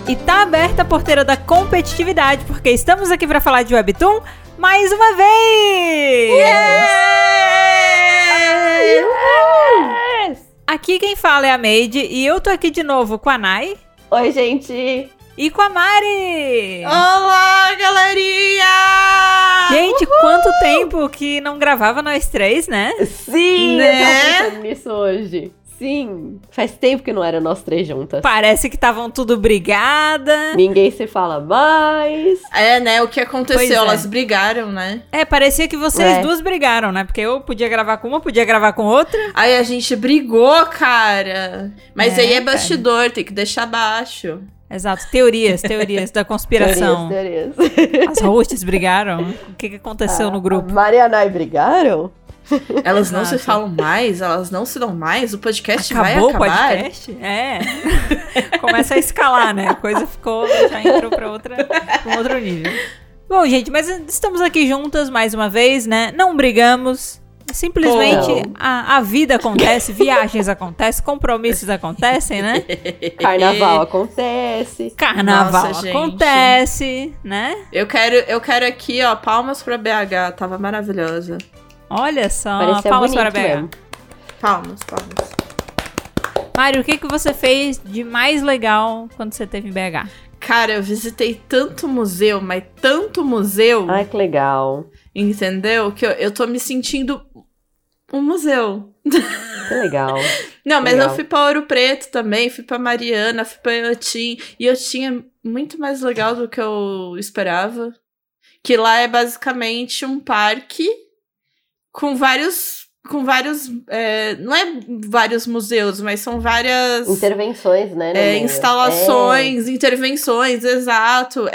E tá aberta a porteira da competitividade, porque estamos aqui para falar de Webtoon mais uma vez! Yes! Aqui quem fala é a Meide e eu tô aqui de novo com a Nai. Oi, gente! E com a Mari! Olá, galerinha! Gente, quanto tempo que não gravava nós três, né? Sim, né? Eu tava pensando nisso hoje. Sim, faz tempo que não era nós três juntas. Parece que estavam tudo brigada. Ninguém se fala mais. É, né? O que aconteceu? Pois é. Elas brigaram, né? Parecia que vocês duas brigaram, né? Porque eu podia gravar com uma, podia gravar com outra. Aí a gente brigou, cara. Mas aí é cara. bastidor, tem que deixar baixo. Exato, teorias da conspiração. Teorias. As hosts brigaram? O que aconteceu no grupo? A Mari e a Nai brigaram? Elas não se Exato. falam mais, elas não se dão mais, o podcast Acabou vai acabar. o podcast? Começa a escalar, né? A coisa já entrou pra um outro nível. Bom, gente, mas estamos aqui juntas mais uma vez, né? Não brigamos. Simplesmente a vida acontece, viagens acontecem, compromissos acontecem, né? Carnaval acontece. Carnaval Nossa, gente. acontece, né? Eu quero aqui, ó, palmas pra BH, tava maravilhosa. Olha só, Parecia palmas bonito para BH. mesmo. Palmas. Mário, o que você fez de mais legal quando você esteve em BH? Cara, eu visitei tanto museu, mas tanto museu, Ai, que legal. entendeu? Que eu tô me sentindo um museu. Que legal. Não, mas Legal. eu fui pra Ouro Preto também, fui pra Mariana, fui pra Iotim. E Iotim é muito mais legal do que eu esperava. Que lá é basicamente um parque com vários não é vários museus, mas são várias Intervenções, né? no meio. instalações, intervenções, exato.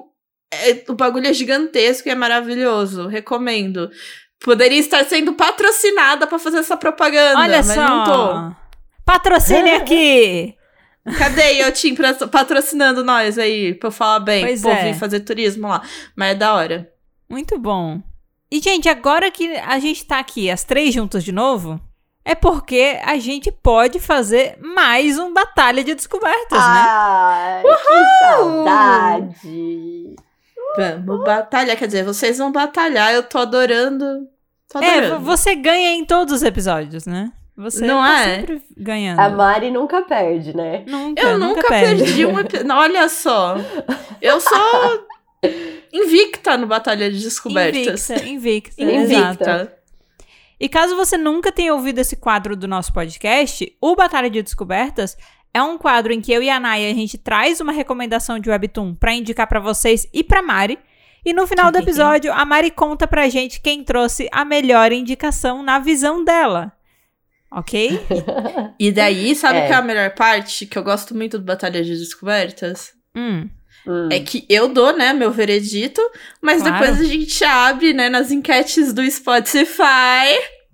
O bagulho é gigantesco e é maravilhoso, recomendo. Poderia estar sendo patrocinada pra fazer essa propaganda, Olha mas só! não tô. Patrocine aqui! Cadê Iotim patrocinando nós aí, pra eu falar bem, Pois pra é. vir fazer turismo lá. Mas é da hora. Muito bom. E, gente, agora que a gente tá aqui, as três juntas de novo, é porque a gente pode fazer mais um Batalha de Descobertas, né? Ai, que saudade. Vamos batalhar, quer dizer, vocês vão batalhar, eu tô adorando. Você ganha em todos os episódios, né? Você Não tá é? sempre ganhando. A Mari nunca perde, né? Eu nunca perdi um episódio. Olha só. Eu sou invicta no Batalha de Descobertas. Invicta. Invicta. Exato. E caso você nunca tenha ouvido esse quadro do nosso podcast, o Batalha de Descobertas é um quadro em que eu e a Nai, a gente traz uma recomendação de Webtoon pra indicar pra vocês e pra Mari. E no final do episódio, a Mari conta pra gente quem trouxe a melhor indicação na visão dela. Ok? E daí, sabe o que é a melhor parte? Que eu gosto muito do Batalha de Descobertas? É que eu dou, né, meu veredito, mas Claro. depois a gente abre, né, nas enquetes do Spotify.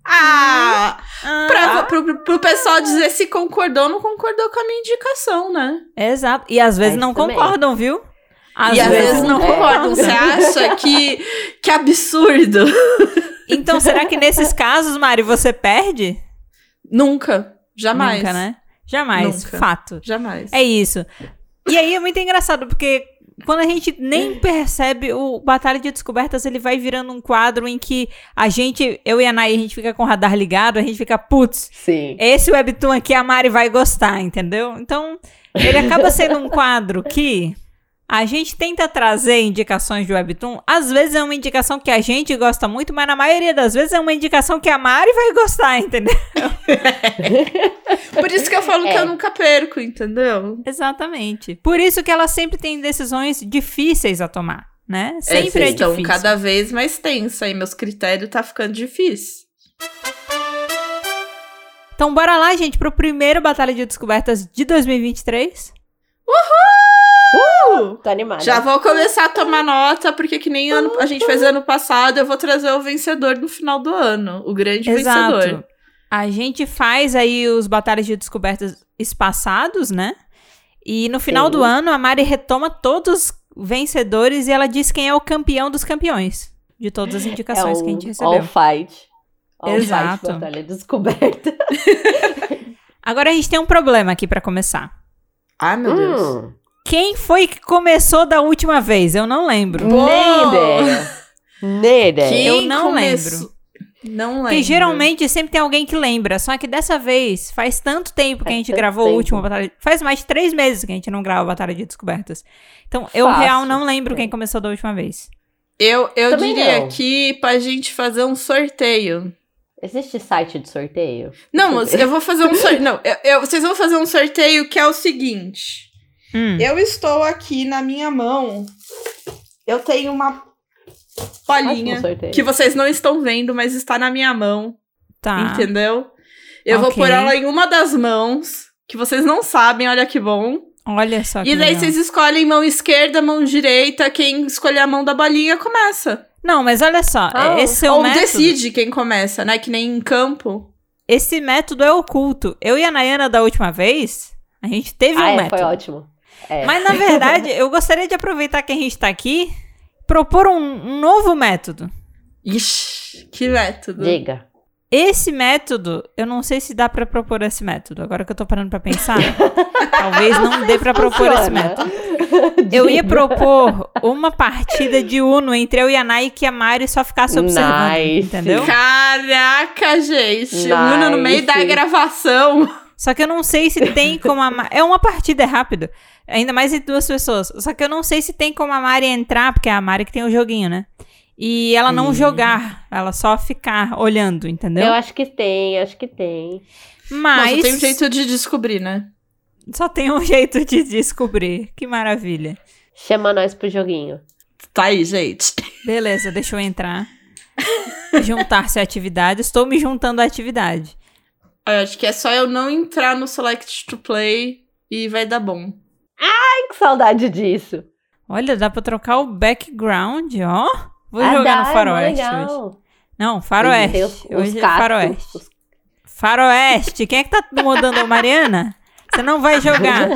Pro pessoal dizer se concordou ou não concordou com a minha indicação, né? Exato. E às vezes É não isso também. concordam, viu? E às vezes não concordam. Você acha que absurdo? Então, será que nesses casos, Mari, você perde? Nunca. Jamais. Nunca, né? Jamais. Nunca. Fato. Jamais. É isso. E aí é muito engraçado, porque quando a gente nem percebe, o Batalha de Descobertas, ele vai virando um quadro em que eu e a Nai, a gente fica com o radar ligado, a gente fica, putz, Sim. esse Webtoon aqui a Mari vai gostar, entendeu? Então, ele acaba sendo um quadro que a gente tenta trazer indicações de Webtoon. Às vezes é uma indicação que a gente gosta muito, mas na maioria das vezes é uma indicação que a Mari vai gostar, entendeu? Por isso que eu falo que eu nunca perco, entendeu? Exatamente. Por isso que ela sempre tem decisões difíceis a tomar, né? Sempre é Então, difícil. cada vez mais tensa e meus critérios tá ficando difícil. Então, bora lá, gente, pro primeiro Batalha de Descobertas de 2023. Tô animada. Já vou começar a tomar nota, porque que nem a gente fez ano passado, eu vou trazer o vencedor no final do ano. O grande vencedor. A gente faz aí os Batalhas de Descobertas espaçados, né? E no final do ano, a Mari retoma todos os vencedores e ela diz quem é o campeão dos campeões. De todas as indicações que a gente recebeu. All fight. Exato. Batalha descoberta. Agora a gente tem um problema aqui pra começar. Ai, meu Deus. Quem foi que começou da última vez? Eu não lembro. Nem ideia. Eu não lembro. Não lembro. Porque geralmente sempre tem alguém que lembra. Só que dessa vez, faz tanto tempo que a gente gravou o último Batalha... Faz mais de 3 meses que a gente não grava Batalha de Descobertas. Então, eu real não lembro quem começou da última vez. Eu diria não. aqui pra gente fazer um sorteio. Existe site de sorteio? Não, eu vou fazer um sorteio. Não, vocês vão fazer um sorteio que é o seguinte. Eu estou aqui na minha mão. Eu tenho uma bolinha que vocês não estão vendo, mas está na minha mão. Tá. Entendeu? Eu vou pôr ela em uma das mãos, que vocês não sabem, olha que bom. Olha só que E daí legal. vocês escolhem mão esquerda, mão direita. Quem escolher a mão da bolinha começa. Não, mas olha só. Esse seu Ou método... decide quem começa, né? Que nem em campo. Esse método é oculto. Eu e a Nayana da última vez, a gente teve um método. Foi ótimo. Mas, na verdade, eu gostaria de aproveitar que a gente tá aqui, propor um novo método. Ixi, que método. Diga. Esse método, eu não sei se dá pra propor esse método. Agora que eu tô parando pra pensar, talvez não dê pra propor esse método. Eu ia propor uma partida de Uno entre eu e a Nai que a Mari só ficasse observando, entendeu? Caraca, gente. O Uno no meio da gravação. Só que eu não sei se tem como a Mari... É uma partida, é rápido. Ainda mais entre 2 pessoas. Só que eu não sei se tem como a Mari entrar, porque é a Mari que tem o joguinho, né? E ela não jogar, ela só ficar olhando, entendeu? Eu acho que tem. Mas... Nossa, tem um jeito de descobrir, né? Só tem um jeito de descobrir. Que maravilha. Chama nós pro joguinho. Tá aí, gente. Beleza, deixa eu entrar. Juntar-se à atividade. Estou me juntando à atividade. Eu acho que é só eu não entrar no Select to Play e vai dar bom. Ai, que saudade disso. Olha, dá pra trocar o background, ó. Vou jogar no Faroeste hoje. Não, Faroeste. Hoje é Faroeste. Faroeste. Quem é que tá mudando a Mariana? Você não vai jogar.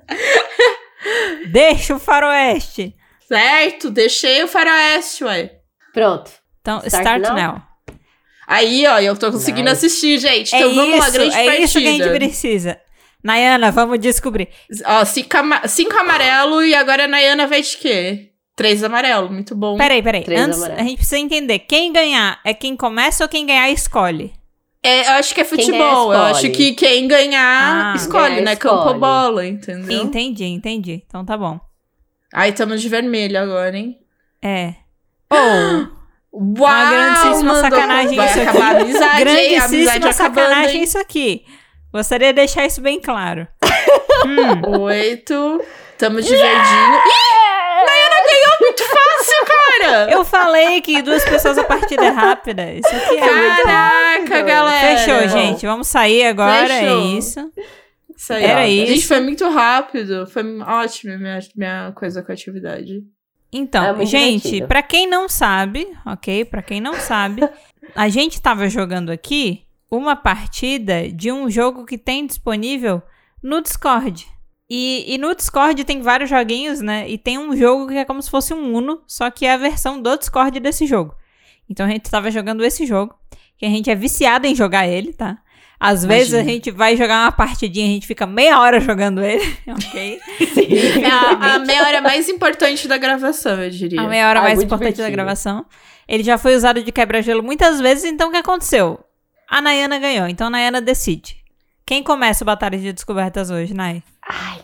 Deixa o Faroeste. Certo, deixei o Faroeste, ué. Pronto. Então, start now. Aí, ó, eu tô conseguindo assistir, gente. Então vamos lá, grande partida. É isso que a gente precisa. Nayana, vamos descobrir. Ó, 5 amarelo e agora a Nayana vai de quê? 3 amarelo, muito bom. Peraí. Antes, a gente precisa entender. Quem ganhar é quem começa ou quem ganhar escolhe? Eu acho que é futebol. Eu acho que quem ganhar escolhe, né? Campo ou bola, entendeu? Entendi. Então tá bom. Aí estamos de vermelho agora, hein? É. Uau! Uma grandíssima sacanagem vai isso aqui. Acabar a amizade, grandíssima sacanagem acabando, isso aqui. Gostaria de deixar isso bem claro. 8. Tamo de verdinho. Nayana ganhou muito fácil, cara! Eu falei que 2 pessoas a partida é rápida. Isso aqui é Caraca, galera! Fechou, gente. Vamos sair agora. Fechou. É isso. Isso aí, Era isso. Gente, foi muito rápido. Foi ótimo minha coisa com a atividade. Então, gente, pra quem não sabe, ok? Pra quem não sabe, a gente tava jogando aqui uma partida de um jogo que tem disponível no Discord. E no Discord tem vários joguinhos, né? E tem um jogo que é como se fosse um Uno, só que é a versão do Discord desse jogo. Então a gente tava jogando esse jogo, que a gente é viciado em jogar ele, tá? Às vezes a gente vai jogar uma partidinha, a gente fica meia hora jogando ele, ok? É a meia hora mais importante da gravação, eu diria. A meia hora mais importante divertido. da gravação. Ele já foi usado de quebra-gelo muitas vezes, então o que aconteceu? A Nayana ganhou, então a Nayana decide. Quem começa o Batalha de Descobertas hoje, Nay? Ai,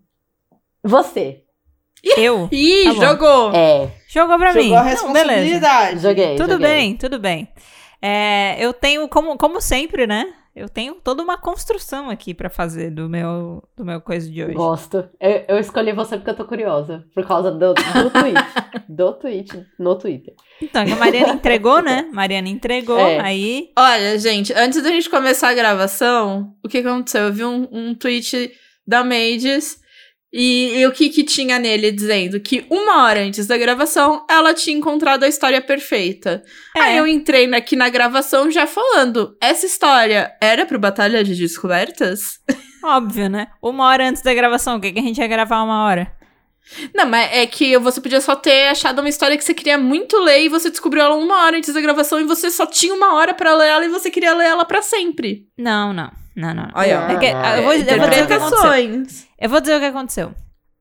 você. Eu? Ih, Tá bom. jogou. Jogou pra mim. Jogou a Não, beleza. responsabilidade. Joguei. Tudo bem. Eu tenho, como sempre, né? Eu tenho toda uma construção aqui pra fazer do meu coisa de hoje. Gosto. Eu escolhi você porque eu tô curiosa. Por causa do tweet. Do tweet. No Twitter. Então, que a Mariana entregou, né? Mariana entregou, aí... Olha, gente, antes da gente começar a gravação, o que aconteceu? Eu vi um tweet da Mades e o que tinha nele dizendo que 1 hora antes da gravação, ela tinha encontrado a história perfeita. Aí eu entrei aqui na gravação já falando, essa história era pro Batalha de Descobertas? Óbvio, né? 1 hora antes da gravação, o que a gente ia gravar 1 hora? Não, mas é que você podia só ter achado uma história que você queria muito ler e você descobriu ela 1 hora antes da gravação e você só tinha 1 hora pra ler ela e você queria ler ela pra sempre. Não. Olha, Eu vou dizer o que aconteceu. Eu vou dizer o que aconteceu.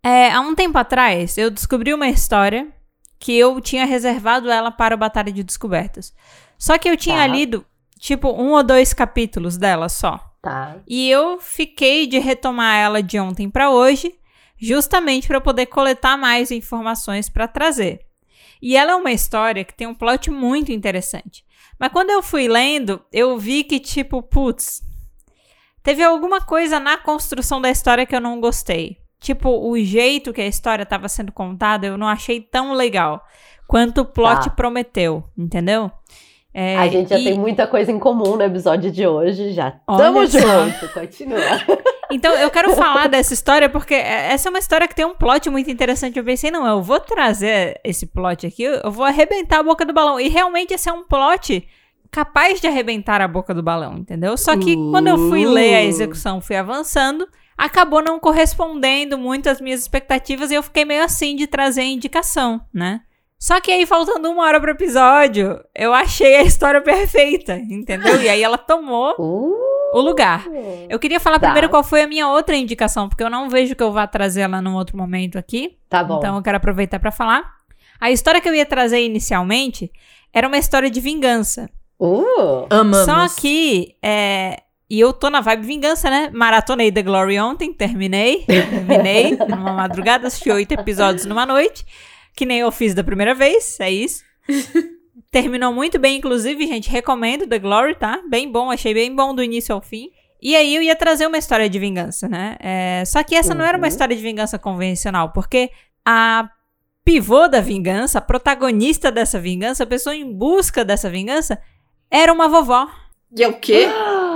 Há um tempo atrás, eu descobri uma história que eu tinha reservado ela para o Batalha de Descobertas. Só que eu tinha lido, tipo, 1 ou 2 capítulos dela só. Tá. E eu fiquei de retomar ela de ontem para hoje, justamente para poder coletar mais informações para trazer. E ela é uma história que tem um plot muito interessante. Mas quando eu fui lendo, eu vi que, tipo, putz, teve alguma coisa na construção da história que eu não gostei. Tipo, o jeito que a história estava sendo contada, eu não achei tão legal quanto o plot prometeu, entendeu? A gente já tem muita coisa em comum no episódio de hoje, já tamo junto, continua. Então, eu quero falar dessa história porque essa é uma história que tem um plot muito interessante. Eu pensei, não, eu vou trazer esse plot aqui, eu vou arrebentar a boca do balão. E realmente esse é um plot capaz de arrebentar a boca do balão, entendeu? Só que quando eu fui ler a execução, fui avançando, acabou não correspondendo muito às minhas expectativas e eu fiquei meio assim de trazer a indicação, né? Só que aí, faltando 1 hora pro episódio, eu achei a história perfeita, entendeu? E aí ela tomou o lugar. Eu queria falar primeiro qual foi a minha outra indicação, porque eu não vejo que eu vá trazer ela num outro momento aqui. Tá bom. Então eu quero aproveitar pra falar. A história que eu ia trazer inicialmente era uma história de vingança. Amamos. Só que, e eu tô na vibe vingança, né? Maratonei The Glory ontem, terminei numa madrugada, assisti 8 episódios numa noite. Que nem eu fiz da primeira vez, é isso. Terminou muito bem, inclusive, gente, recomendo The Glory, tá? Bem bom, achei bem bom do início ao fim. E aí eu ia trazer uma história de vingança, né? Só que essa não era uma história de vingança convencional, porque a pivô da vingança, a protagonista dessa vingança, a pessoa em busca dessa vingança, era uma vovó. E é o quê?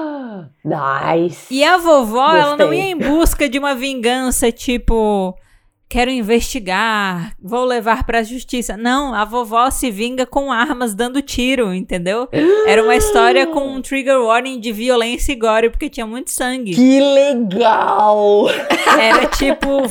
Nice! E a vovó, ela não ia em busca de uma vingança, tipo... Quero investigar, vou levar pra justiça. Não, a vovó se vinga com armas dando tiro, entendeu? Era uma história com um trigger warning de violência e gore, porque tinha muito sangue. Que legal! Era tipo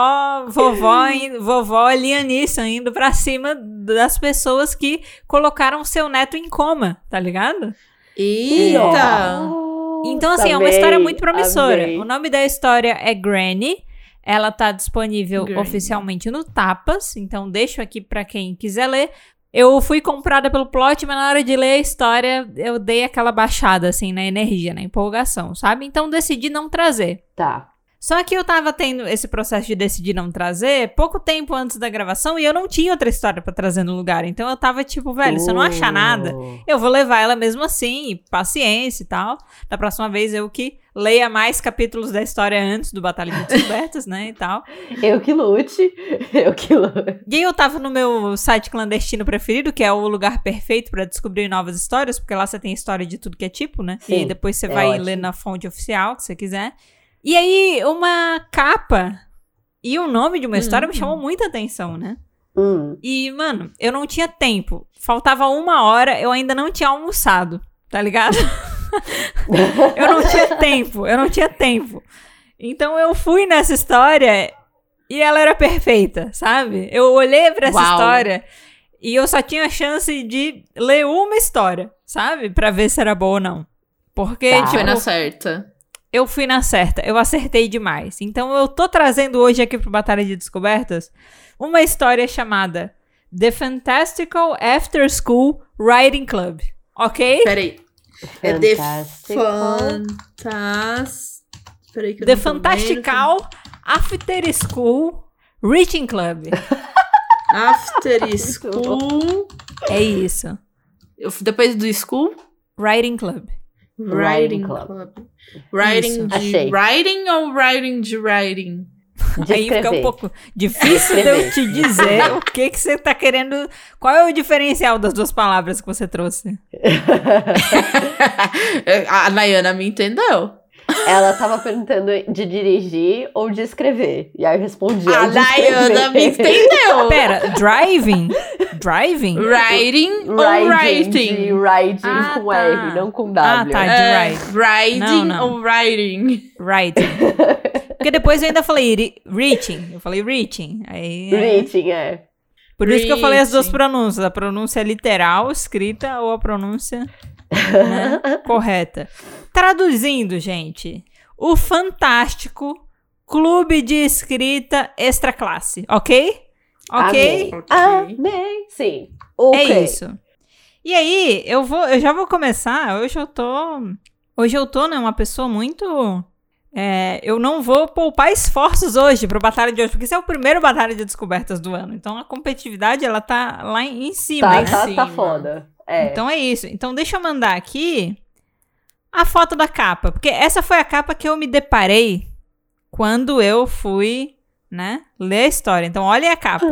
vovó Lianisson indo pra cima das pessoas que colocaram seu neto em coma, tá ligado? Eita! Então, assim, é uma história muito promissora. O nome da história é Granny. Ela tá disponível oficialmente no Tapas, então deixo aqui pra quem quiser ler. Eu fui comprada pelo plot, mas na hora de ler a história, eu dei aquela baixada, assim, na energia, na empolgação, sabe? Então decidi não trazer. Tá. Só que eu tava tendo esse processo de decidir não trazer pouco tempo antes da gravação e eu não tinha outra história pra trazer no lugar. Então eu tava tipo, velho, se eu não achar nada, eu vou levar ela mesmo assim, e paciência e tal. Da próxima vez eu que leia mais capítulos da história antes do Batalha de Descobertas, né, e tal. Eu que lute. E aí eu tava no meu site clandestino preferido, que é o lugar perfeito pra descobrir novas histórias, porque lá você tem história de tudo que é tipo, né? Sim, e aí depois você vai ler na fonte oficial, que você quiser. E aí, uma capa e o nome de uma história me chamou muita atenção, né? E, mano, eu não tinha tempo. Faltava 1 hora, eu ainda não tinha almoçado, tá ligado? Eu não tinha tempo. Então eu fui nessa história e ela era perfeita, sabe? Eu olhei pra essa história e eu só tinha a chance de ler uma história, sabe? Pra ver se era boa ou não. Porque, tipo... Foi na certa. Eu fui na certa, eu acertei demais. Então eu tô trazendo hoje aqui pro Batalha de Descobertas uma história chamada The Fantastical After School Writing Club, ok? Peraí. É The Fantastical After School Writing Club. After School. É isso. Depois do School? Writing Club. Writing Club. Writing de Achei. writing ou writing de writing? Aí fica um pouco difícil de eu te dizer o que você tá querendo. Qual é o diferencial das duas palavras que você trouxe? A Nayana me entendeu. Ela tava perguntando de dirigir ou de escrever. E aí eu respondi. A Nayana me entendeu. Pera, driving? Driving? Writing ou writing? De writing com R, não com W. Ah, tá, de writing. Writing não. ou writing? Writing. Porque depois eu ainda falei reaching. Eu falei reaching. Aí, reaching, Por isso que eu falei as duas pronúncias. A pronúncia literal, escrita, ou a pronúncia correta. Traduzindo, gente. O fantástico Clube de Escrita Extra Classe, ok? Ok? Amei. Sim. Okay. É isso. E aí, eu já vou começar. Hoje eu tô, né, uma pessoa muito... eu não vou poupar esforços hoje pro Batalha de hoje, porque esse é o primeiro Batalha de Descobertas do ano. Então, a competitividade, ela tá lá em cima. Tá foda. Então, é isso. Então, deixa eu mandar aqui a foto da capa. Porque essa foi a capa que eu me deparei quando eu fui, né, ler a história. Então, olha a capa.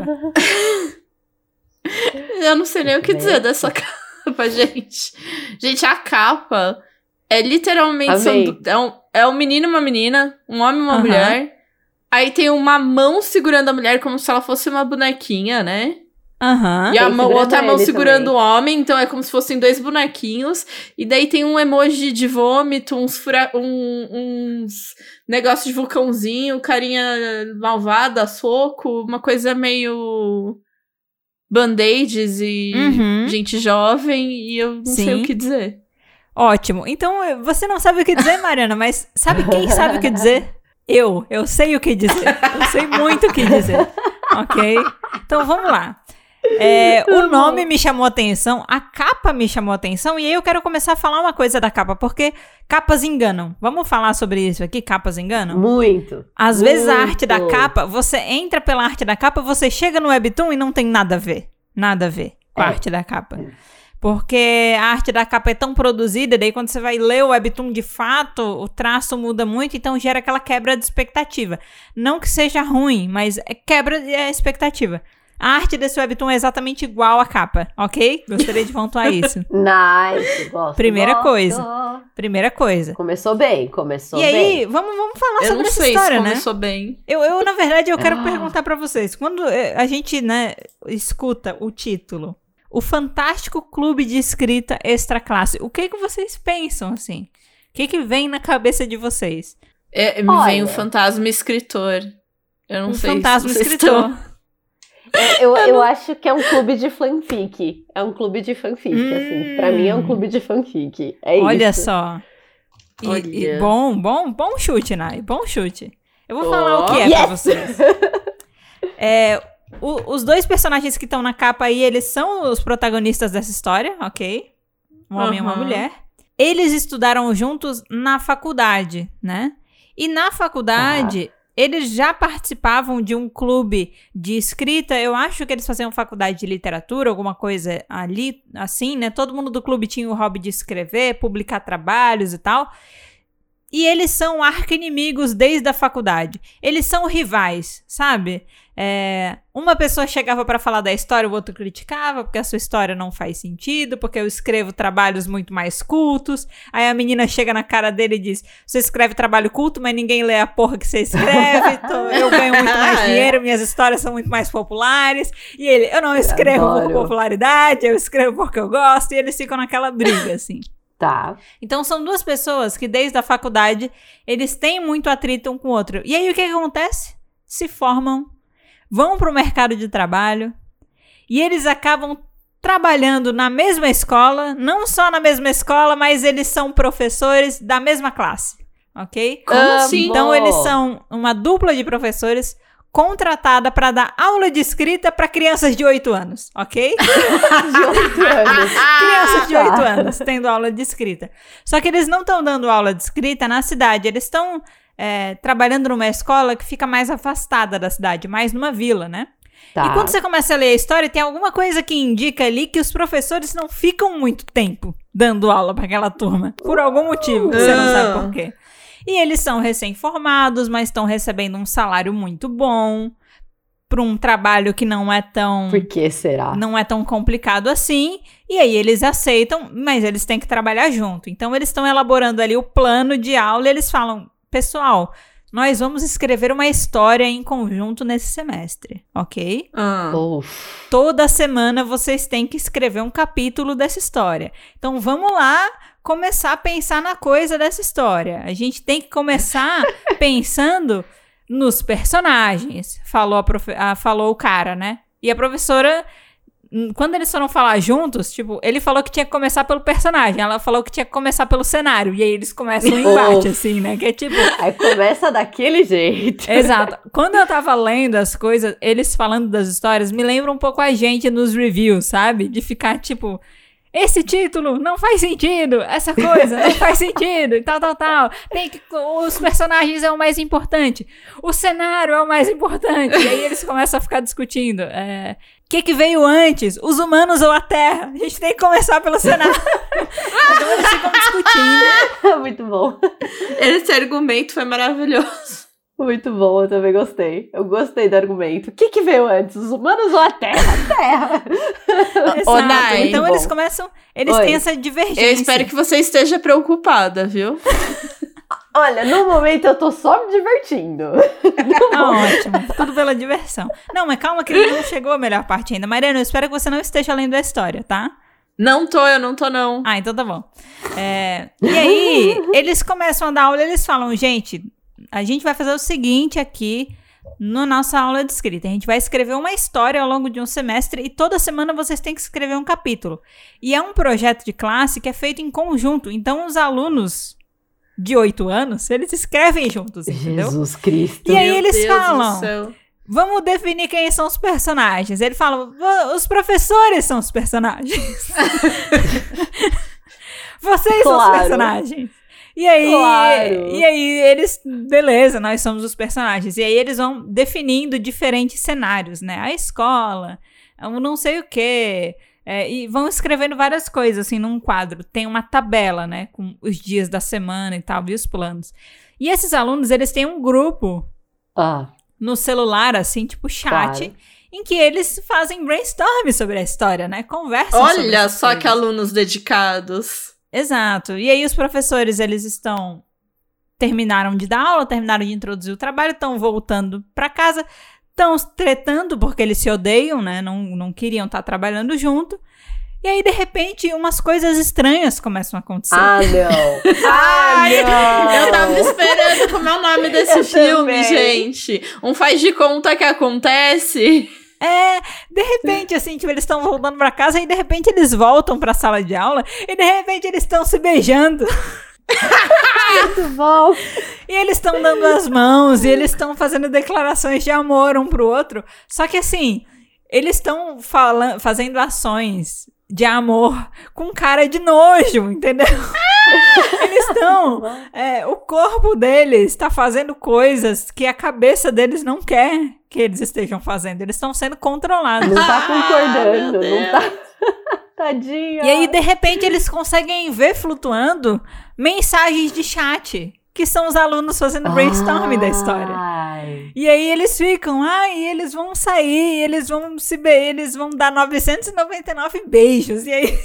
Eu não sei nem o que dizer dessa capa, gente. Gente, a capa é literalmente... É um menino e uma menina, um homem e uma mulher. Aí tem uma mão segurando a mulher como se ela fosse uma bonequinha, né? E a outra mão segurando o homem, então é como se fossem 2 bonequinhos. E daí tem um emoji de vômito, uns negócios de vulcãozinho, carinha malvada, soco, uma coisa meio band-aids e gente jovem, e eu não sei o que dizer. Ótimo. Então, você não sabe o que dizer, Mariana, mas sabe quem sabe o que dizer? Eu sei o que dizer. Eu sei muito o que dizer. Ok? Então, vamos lá. O nome me chamou a atenção, a capa me chamou a atenção, e aí eu quero começar a falar uma coisa da capa, porque capas enganam. Vamos falar sobre isso aqui? Capas enganam? Muito. Às vezes a arte da capa, você entra pela arte da capa, você chega no Webtoon e não tem nada a ver. Nada a ver com a arte da capa. Porque a arte da capa é tão produzida, daí quando você vai ler o Webtoon de fato, o traço muda muito, então gera aquela quebra de expectativa. Não que seja ruim, mas quebra de expectativa. A arte desse Webtoon é exatamente igual à capa, ok? Gostaria de pontuar isso. Nice, gosto. Primeira coisa. Começou bem. E aí, vamos falar sobre essa história, né? Começou bem. Na verdade, eu quero perguntar pra vocês. Quando a gente, né, escuta o título, O Fantástico Clube de Escrita Extra Classe, o que vocês pensam, assim? O que vem na cabeça de vocês? Me vem o fantasma escritor. Eu não sei fantasma se vocês escritor. Eu acho que é um clube de fanfic. É um clube de fanfic, assim. Pra mim é um clube de fanfic. Olha só. Bom chute, Nai. Bom chute. Eu vou falar o que pra vocês. Os 2 personagens que estão na capa aí, eles são os protagonistas dessa história, ok? Um homem e uma mulher. Eles estudaram juntos na faculdade, né? E na faculdade... Eles já participavam de um clube de escrita, eu acho que eles faziam faculdade de literatura, alguma coisa ali, assim, né? Todo mundo do clube tinha o hobby de escrever, publicar trabalhos e tal. E eles são arqui-inimigos desde a faculdade. Eles são rivais, sabe? Uma pessoa chegava para falar da história, o outro criticava, porque a sua história não faz sentido, porque eu escrevo trabalhos muito mais cultos. Aí a menina chega na cara dele e diz, você escreve trabalho culto, mas ninguém lê a porra que você escreve, então eu ganho muito mais dinheiro, minhas histórias são muito mais populares. E ele, eu não escrevo por popularidade, eu escrevo porque eu gosto, e eles ficam naquela briga, assim. Tá. Então são 2 pessoas que desde a faculdade, eles têm muito atrito um com o outro. E aí o que acontece? Se formam, vão para o mercado de trabalho e eles acabam trabalhando na mesma escola, não só na mesma escola, mas eles são professores da mesma classe, ok? Como assim? Então eles são uma dupla de professores contratada para dar aula de escrita para crianças de 8 anos, ok? De 8 anos. Crianças de 8 anos tendo aula de escrita. Só que eles não estão dando aula de escrita na cidade, eles estão trabalhando numa escola que fica mais afastada da cidade, mais numa vila, né? Tá. E quando você começa a ler a história, tem alguma coisa que indica ali que os professores não ficam muito tempo dando aula para aquela turma, por algum motivo, que você não sabe por quê. E eles são recém-formados, mas estão recebendo um salário muito bom para um trabalho que não é tão... Por que será? Não é tão complicado assim. E aí eles aceitam, mas eles têm que trabalhar junto. Então eles estão elaborando ali o plano de aula e eles falam, pessoal, nós vamos escrever uma história em conjunto nesse semestre, ok? Toda semana vocês têm que escrever um capítulo dessa história. Então vamos lá começar a pensar na coisa dessa história. A gente tem que começar pensando nos personagens, falou o cara, né? E a professora quando eles foram falar juntos, tipo, ele falou que tinha que começar pelo personagem, ela falou que tinha que começar pelo cenário, e aí eles começam um embate, assim, né, que é tipo... Aí começa daquele jeito. Exato. Quando eu tava lendo as coisas, eles falando das histórias, me lembra um pouco a gente nos reviews, sabe? De ficar, tipo... Esse título não faz sentido, essa coisa não faz sentido, e tal. Os personagens é o mais importante, o cenário é o mais importante. E aí eles começam a ficar discutindo. O que veio antes, os humanos ou a Terra? A gente tem que começar pelo cenário. Então eles ficam discutindo. Muito bom. Esse argumento foi maravilhoso. Muito bom, eu também gostei. Eu gostei do argumento. O que veio antes, os humanos ou a Terra? A Terra! Exato. Nai, então eles começam... Eles têm essa divergência. Eu espero que você esteja preocupada, viu? Olha, no momento eu tô só me divertindo. Ótimo, tudo pela diversão. Não, mas calma que não chegou a melhor parte ainda. Mariana, eu espero que você não esteja lendo a história, tá? Eu não tô não. Ah, então tá bom. E aí, eles começam a dar aula e eles falam, gente... A gente vai fazer o seguinte aqui na nossa aula de escrita. A gente vai escrever uma história ao longo de um semestre e toda semana vocês têm que escrever um capítulo. E é um projeto de classe que é feito em conjunto. Então, os alunos de 8 anos, eles escrevem juntos, entendeu? Jesus Cristo. E aí eles Deus falam, vamos definir quem são os personagens. Ele fala, os professores são os personagens. Vocês são os personagens. E aí eles, beleza, nós somos os personagens. E aí eles vão definindo diferentes cenários, né? A escola, não sei o quê. E vão escrevendo várias coisas, assim, num quadro. Tem uma tabela, né? Com os dias da semana e tal, e os planos. E esses alunos, eles têm um grupo no celular, assim, tipo chat, em que eles fazem brainstorm sobre a história, né? Conversam sobre Olha só coisas. Que alunos dedicados. Exato. E aí os professores, eles terminaram de dar aula, terminaram de introduzir o trabalho, estão voltando para casa, estão tretando porque eles se odeiam, né? Não queriam estar trabalhando junto. E aí, de repente, umas coisas estranhas começam a acontecer. Ah, não! Não! Eu tava esperando como é o nome desse filme, também. Gente. Um faz de conta que acontece... De repente, assim, tipo, eles estão voltando pra casa e de repente eles voltam pra sala de aula e de repente eles estão se beijando. Muito bom. E eles estão dando as mãos e eles estão fazendo declarações de amor um pro outro. Só que, assim, eles estão fazendo ações de amor com cara de nojo, entendeu? Eles estão... o corpo deles está fazendo coisas que a cabeça deles não quer que eles estejam fazendo. Eles estão sendo controlados. Não tá concordando, não tá... Tadinha. E aí, de repente, eles conseguem ver flutuando mensagens de chat, que são os alunos fazendo brainstorm da história. E aí eles ficam, eles vão sair, eles vão dar 999 beijos. E aí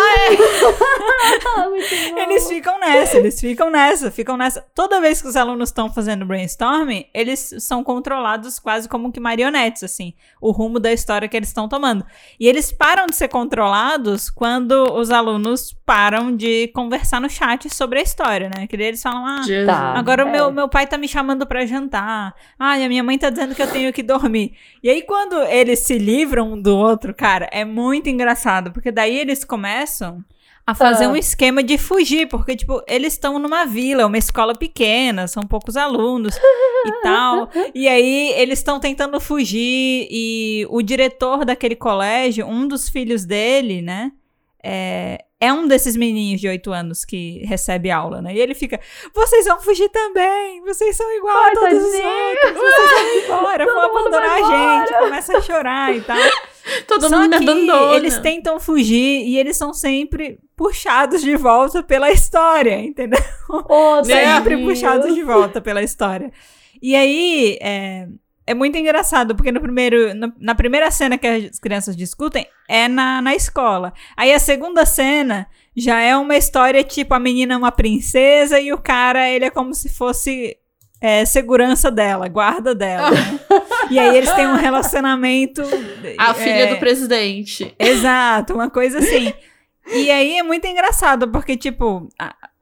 eles ficam nessa. Toda vez que os alunos estão fazendo brainstorm, eles são controlados quase como que marionetes, assim, o rumo da história que eles estão tomando. E eles param de ser controlados quando os alunos param de conversar no chat sobre a história, né? Que daí eles falam, agora o meu pai tá me chamando pra jantar. A minha mãe tá dizendo que eu tenho que dormir. E aí, quando eles se livram um do outro, cara, é muito engraçado. Porque daí eles começam a fazer um esquema de fugir. Porque, tipo, eles estão numa vila, uma escola pequena, são poucos alunos e tal. E aí, eles estão tentando fugir. E o diretor daquele colégio, um dos filhos dele, né? É um desses menininhos de 8 anos que recebe aula, né? E ele fica, vocês vão fugir também, vocês são igual a todos os outros, vocês vão embora, vão abandonar a gente, começa a chorar e tal. Todo mundo me abandona. Eles tentam fugir e eles são sempre puxados de volta pela história, entendeu? Sempre puxados de volta pela história. E aí, é muito engraçado, porque na primeira cena que as crianças discutem é na escola. Aí a segunda cena já é uma história tipo, a menina é uma princesa e o cara, ele é como se fosse segurança dela, guarda dela. Né? E aí eles têm um relacionamento... A filha do presidente. Exato, uma coisa assim. E aí é muito engraçado, porque tipo,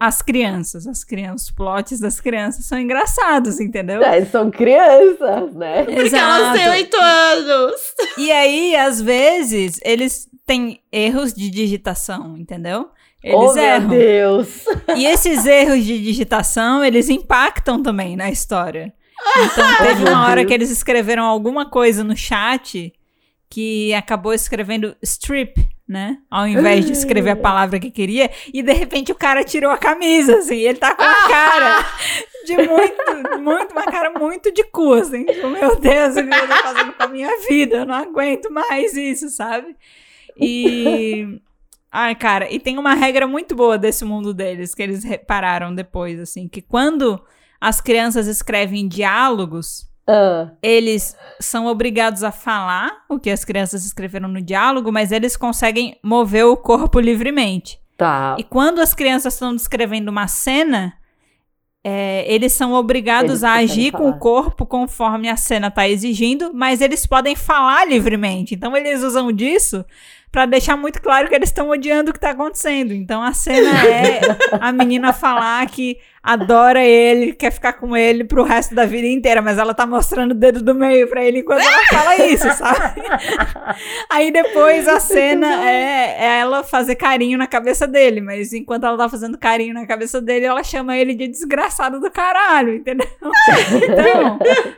as crianças. Os plots das crianças são engraçados, entendeu? São crianças, né? Porque elas têm 8 anos. E aí, às vezes, eles têm erros de digitação, entendeu? Eles erram. Meu Deus! E esses erros de digitação, eles impactam também na história. Então, teve uma hora que eles escreveram alguma coisa no chat que acabou escrevendo strip, né? Ao invés de escrever a palavra que queria. E, de repente, o cara tirou a camisa, assim. Ele tá com uma cara de uma cara muito de cu, assim. Tipo, meu Deus, o que eu tô fazendo com a minha vida? Eu não aguento mais isso, sabe? E... Ai, cara, e tem uma regra muito boa desse mundo deles, que eles repararam depois, assim, que quando as crianças escrevem diálogos, eles são obrigados a falar o que as crianças escreveram no diálogo, mas eles conseguem mover o corpo livremente. Tá. E quando as crianças estão descrevendo uma cena, eles são obrigados a agir com o corpo conforme a cena tá exigindo, mas eles podem falar livremente. Então, eles usam disso pra deixar muito claro que eles estão odiando o que tá acontecendo. Então, a cena é a menina falar que adora ele, quer ficar com ele pro resto da vida inteira, mas ela tá mostrando o dedo do meio pra ele enquanto ela fala isso, sabe? Aí, depois, a cena é ela fazer carinho na cabeça dele, mas enquanto ela tá fazendo carinho na cabeça dele, ela chama ele de desgraçado do caralho, entendeu? Então,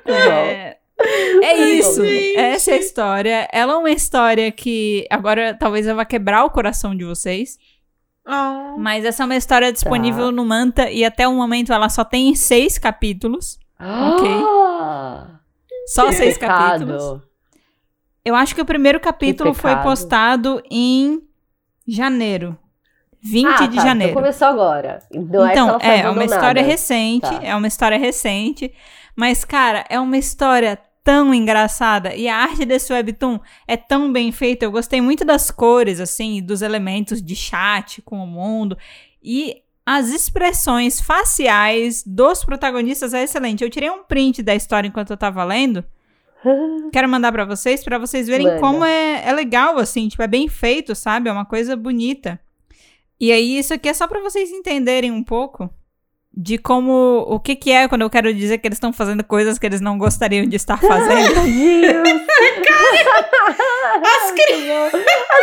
é isso, essa é a história. Ela é uma história que agora talvez ela vá quebrar o coração de vocês. Mas essa é uma história disponível no Manta e até o momento ela só tem 6 capítulos. Ok? Só 6 capítulos. Eu acho que o primeiro capítulo foi postado em janeiro. 20 de janeiro. Então começou agora. Então, é uma história recente. É uma história recente. Mas, cara, é uma história tão engraçada. E a arte desse webtoon é tão bem feita. Eu gostei muito das cores, assim, dos elementos de chat com o mundo. E as expressões faciais dos protagonistas é excelente. Eu tirei um print da história enquanto eu tava lendo. Quero mandar pra vocês verem como é legal, assim. Tipo, é bem feito, sabe? É uma coisa bonita. E aí, isso aqui é só pra vocês entenderem um pouco de como, o que é quando eu quero dizer que eles estão fazendo coisas que eles não gostariam de estar fazendo. As crianças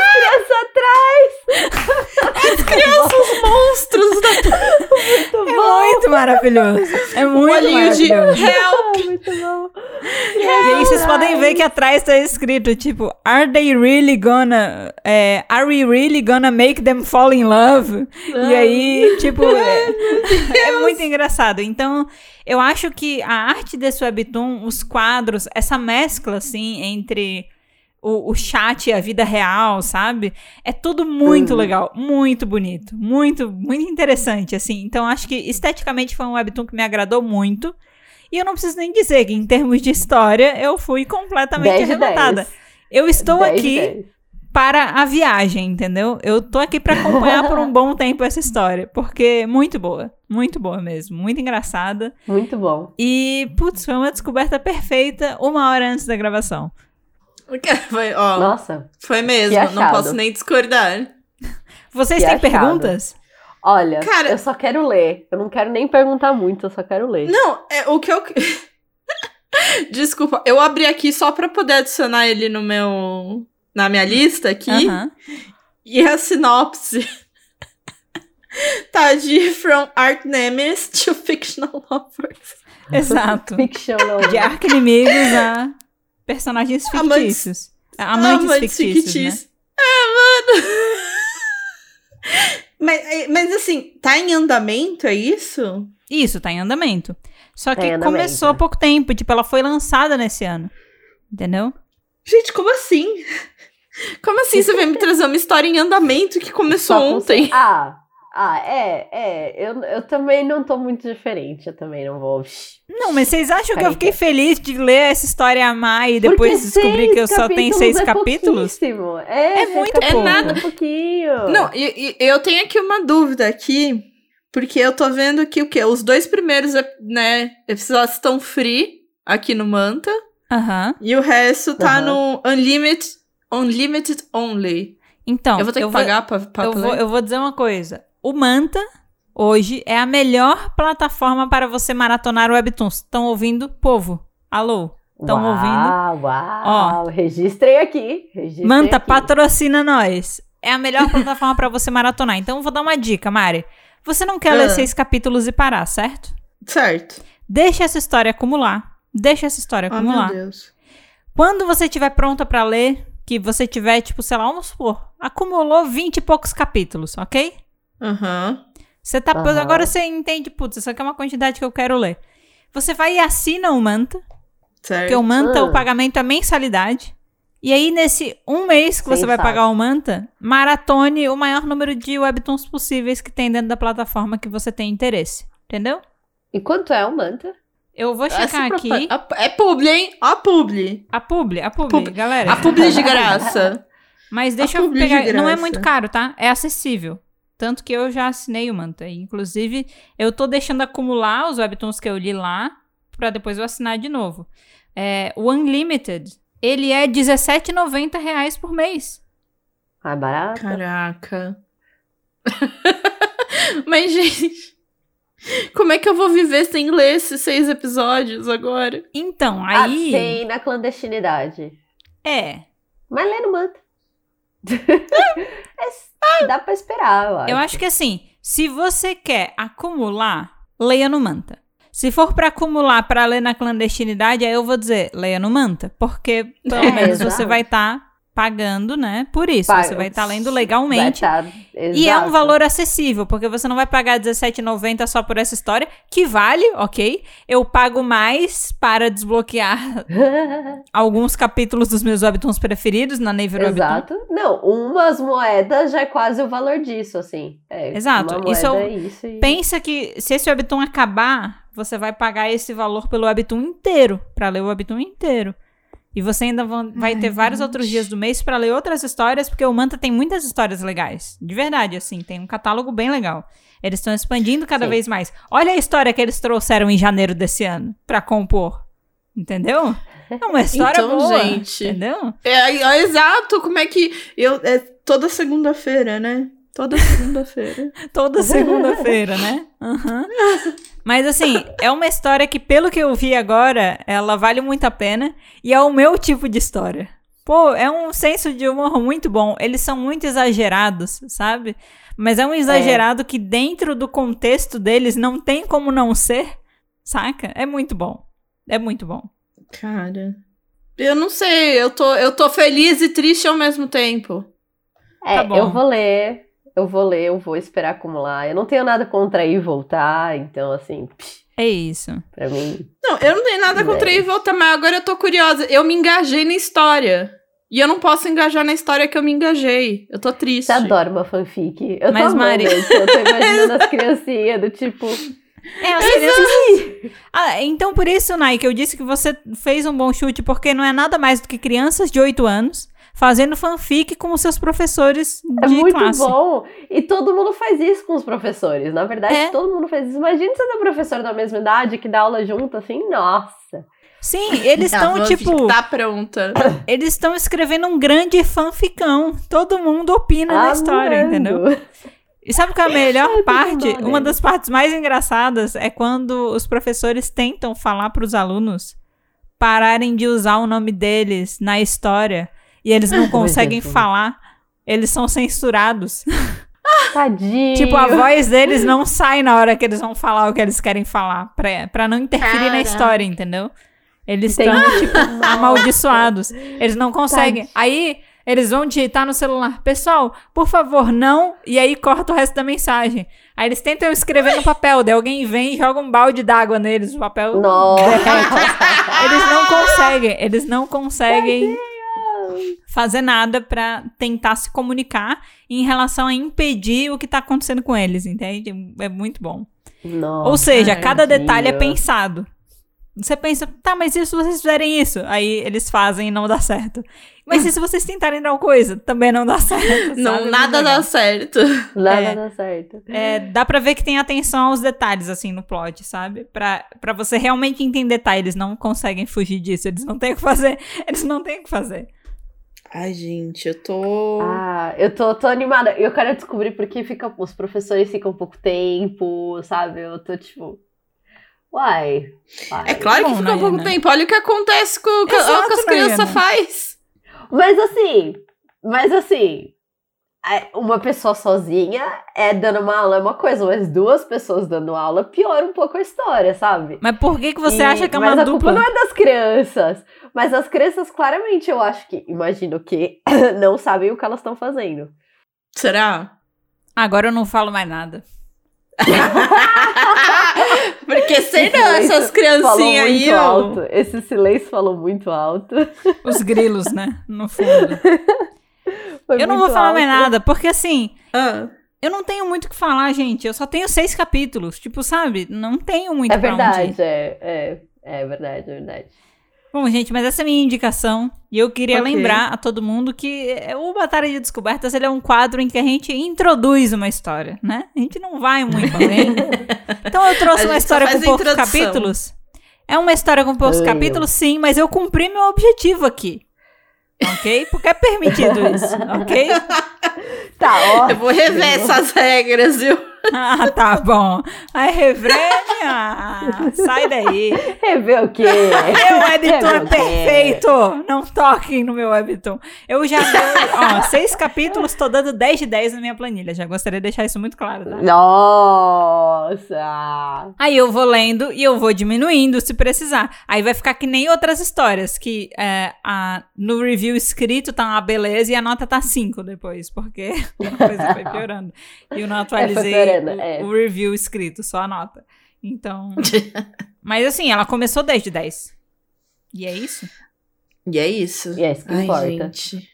atrás! As crianças monstros Muito maravilhoso. É muito olhinho de help! Muito bom. E aí vocês podem ver que atrás tá escrito, tipo, are we really gonna make them fall in love? E aí, tipo, é muito engraçado. Então, eu acho que a arte desse webtoon, os quadros, essa mescla, assim, entre o chat e a vida real, sabe? É tudo muito legal, muito bonito, muito, muito interessante, assim. Então, acho que esteticamente foi um webtoon que me agradou muito. E eu não preciso nem dizer que, em termos de história, eu fui completamente arrebatada. Eu estou aqui para a viagem, entendeu? Eu tô aqui para acompanhar por um bom tempo essa história, porque muito boa mesmo, muito engraçada. Muito bom. E, putz, foi uma descoberta perfeita 1 hora antes da gravação. Nossa. Foi mesmo, não posso nem discordar. Vocês têm perguntas? Olha, cara, eu só quero ler. Eu não quero nem perguntar muito, eu só quero ler. Não, o que eu... Desculpa, eu abri aqui só pra poder adicionar ele na minha lista aqui. E a sinopse tá de From Arch-Nemesis to Fictional Lovers. Exato. Fictional. De arqui-inimigos a personagens fictícios. Amantes fictícios, né? Mano. Mas assim, tá em andamento, é isso? Isso, tá em andamento. Só que começou há pouco tempo, tipo, ela foi lançada nesse ano. Entendeu? Gente, como assim? Como assim você vai me trazer uma história em andamento que começou ontem? Eu também não tô muito diferente, eu também não vou... Não, mas vocês acham que eu fiquei feliz de ler essa história e amar e depois descobrir que eu só tenho 6 capítulos? É muito pouco. É nada. Pouquinho. Não, eu tenho aqui uma dúvida aqui, porque eu tô vendo que os 2 primeiros, né, episódios estão free aqui no Manta, e o resto tá no Unlimited Only. Então, eu vou ter que pagar pra ler? Eu vou dizer uma coisa. O Manta hoje é a melhor plataforma para você maratonar o Webtoons. Estão ouvindo, povo? Alô? Estão ouvindo? Uau, registrei aqui. Manta, patrocina nós. É a melhor plataforma para você maratonar. Então, eu vou dar uma dica, Mari. Você não quer ler 6 capítulos e parar, certo? Certo. Deixa essa história acumular. Meu Deus. Quando você estiver pronta pra ler, que você tiver, tipo, sei lá, vamos supor, acumulou 20 e poucos capítulos, ok? Você tá... Agora você entende, putz, isso aqui é uma quantidade que eu quero ler. Você vai e assina o Manta. Certo. Porque o Manta, o pagamento é mensalidade. E aí, nesse um mês que você vai pagar o Manta, maratone o maior número de webtoons possíveis que tem dentro da plataforma que você tem interesse. Entendeu? E quanto é o Manta? Eu vou checar aqui. É publi, hein? A publi, galera. A publi de graça. Mas deixa eu pegar. Não é muito caro, tá? É acessível. Tanto que eu já assinei o Manta. Inclusive, eu tô deixando acumular os webtoons que eu li lá, pra depois eu assinar de novo. O Unlimited, ele é R$17,90 por mês. Ah, barato. Caraca. Mas, gente, como é que eu vou viver sem ler esses 6 episódios agora? Então, aí... Sem na clandestinidade. Mas lê no Manta. Dá pra esperar, eu acho. Eu acho que assim, se você quer acumular, leia no Manta. Se for pra acumular pra ler na clandestinidade, aí eu vou dizer, leia no Manta. Porque pelo menos você vai estar pagando, né? Por isso, você vai estar lendo legalmente. E é um valor acessível, porque você não vai pagar R$17,90 só por essa história, que vale, ok? Eu pago mais para desbloquear alguns capítulos dos meus webtoons preferidos na Naver Webtoon. Exato. Não, umas moedas já é quase o valor disso, assim. Exato. Pensa que se esse webtoon acabar, você vai pagar esse valor pelo webtoon inteiro, para ler o webtoon inteiro. E você ainda vai ter vários outros dias do mês pra ler outras histórias, porque o Manta tem muitas histórias legais. De verdade, assim, tem um catálogo bem legal. Eles estão expandindo cada vez mais. Olha a história que eles trouxeram em janeiro desse ano pra compor. Entendeu? É uma história boa, gente. Entendeu? Exato, como é que... toda segunda-feira, né? Toda segunda-feira, né? Mas assim, é uma história que, pelo que eu vi agora, ela vale muito a pena. E é o meu tipo de história. Pô, é um senso de humor muito bom. Eles são muito exagerados, sabe? Mas é um exagerado que dentro do contexto deles não tem como não ser, saca? É muito bom. É muito bom. Cara, eu não sei. Eu tô feliz e triste ao mesmo tempo. Tá bom. Eu vou esperar acumular. Eu não tenho nada contra ir e voltar, então assim... É isso. Pra mim... Não, eu não tenho nada contra ir e voltar, mas agora eu tô curiosa. Eu me engajei na história. E eu não posso engajar na história que eu me engajei. Eu tô triste. Você adora uma fanfic. Mas, Mari... Eu tô imaginando as criancinhas do tipo... as crianças... Então por isso, Nai, que eu disse que você fez um bom chute, porque não é nada mais do que crianças de 8 anos... fazendo fanfic com os seus professores de classe. É muito bom. E todo mundo faz isso com os professores. Na verdade, todo mundo faz isso. Imagina você ter um professor da mesma idade que dá aula junto, assim, nossa. Sim, eles estão, tipo... Tá pronta. Eles estão escrevendo um grande fanficão. Todo mundo opina na história, entendeu? E sabe qual é a melhor parte? Uma das partes mais engraçadas é quando os professores tentam falar para os alunos pararem de usar o nome deles na história. E eles não conseguem falar. Eles são censurados. Tadinho. Tipo, a voz deles não sai na hora que eles vão falar o que eles querem falar. Pra não interferir na história, entendeu? Eles estão, tipo, amaldiçoados. Eles não conseguem. Aí, eles vão digitar no celular. Pessoal, por favor, não. E aí, corta o resto da mensagem. Aí, eles tentam escrever no papel. Daí alguém vem e joga um balde d'água neles. O papel derrete. Eles não conseguem fazer nada pra tentar se comunicar em relação a impedir o que tá acontecendo com eles, entende? É muito bom. Nossa, ou seja, cada detalhe é pensado. Você pensa, tá, mas e se vocês fizerem isso? Aí eles fazem e não dá certo. Mas e se vocês tentarem tal coisa? Também não dá certo. Não, nada dá certo. Nada dá certo. Dá pra ver que tem atenção aos detalhes, assim, no plot, sabe? Pra você realmente entender, tá? Eles não conseguem fugir disso. Eles não têm o que fazer. Ai, gente, eu tô... Eu tô animada. Eu quero descobrir por que os professores ficam pouco tempo, sabe? Eu tô tipo... Uai. É claro que fica pouco tempo. Olha o que acontece com o que as crianças faz. Mas assim, uma pessoa sozinha dando uma aula é uma coisa, mas 2 pessoas dando aula piora um pouco a história, sabe? Mas por que você acha que é uma dupla? Mas a culpa não é das crianças. Mas as crianças, claramente, eu acho que, imagino que, não sabem o que elas estão fazendo. Será? Agora eu não falo mais nada. Porque sei não, essas criancinhas aí. Alto. Esse silêncio falou muito alto. Os grilos, né? No fundo. Eu não vou falar mais nada, porque assim, eu não tenho muito o que falar, gente. Eu só tenho 6 capítulos. Tipo, sabe? Não tenho muito pra onde ir. É verdade. Bom, gente, mas essa é a minha indicação. E eu queria lembrar a todo mundo que o Batalha de Descobertas, ele é um quadro em que a gente introduz uma história, né? A gente não vai muito além. Então eu trouxe uma história com poucos capítulos. É uma história com poucos capítulos, sim, mas eu cumpri meu objetivo aqui. Ok? Porque é permitido isso, ok? Tá, ótimo. Eu vou rever essas regras, viu? Tá bom. Aí, Revrênia, sai daí. Rever o quê? Meu webtoon é perfeito. Não toquem no meu webtoon. Eu já dei, 6 capítulos, tô dando 10 de 10 na minha planilha. Já gostaria de deixar isso muito claro, tá? Nossa! Aí eu vou lendo e eu vou diminuindo se precisar. Aí vai ficar que nem outras histórias, que no review escrito tá uma beleza e a nota tá 5 depois, porque a coisa foi piorando. E eu não atualizei o review escrito, só a nota. Então... Mas assim, ela começou 10 de 10. E é isso? E é isso que importa. Gente.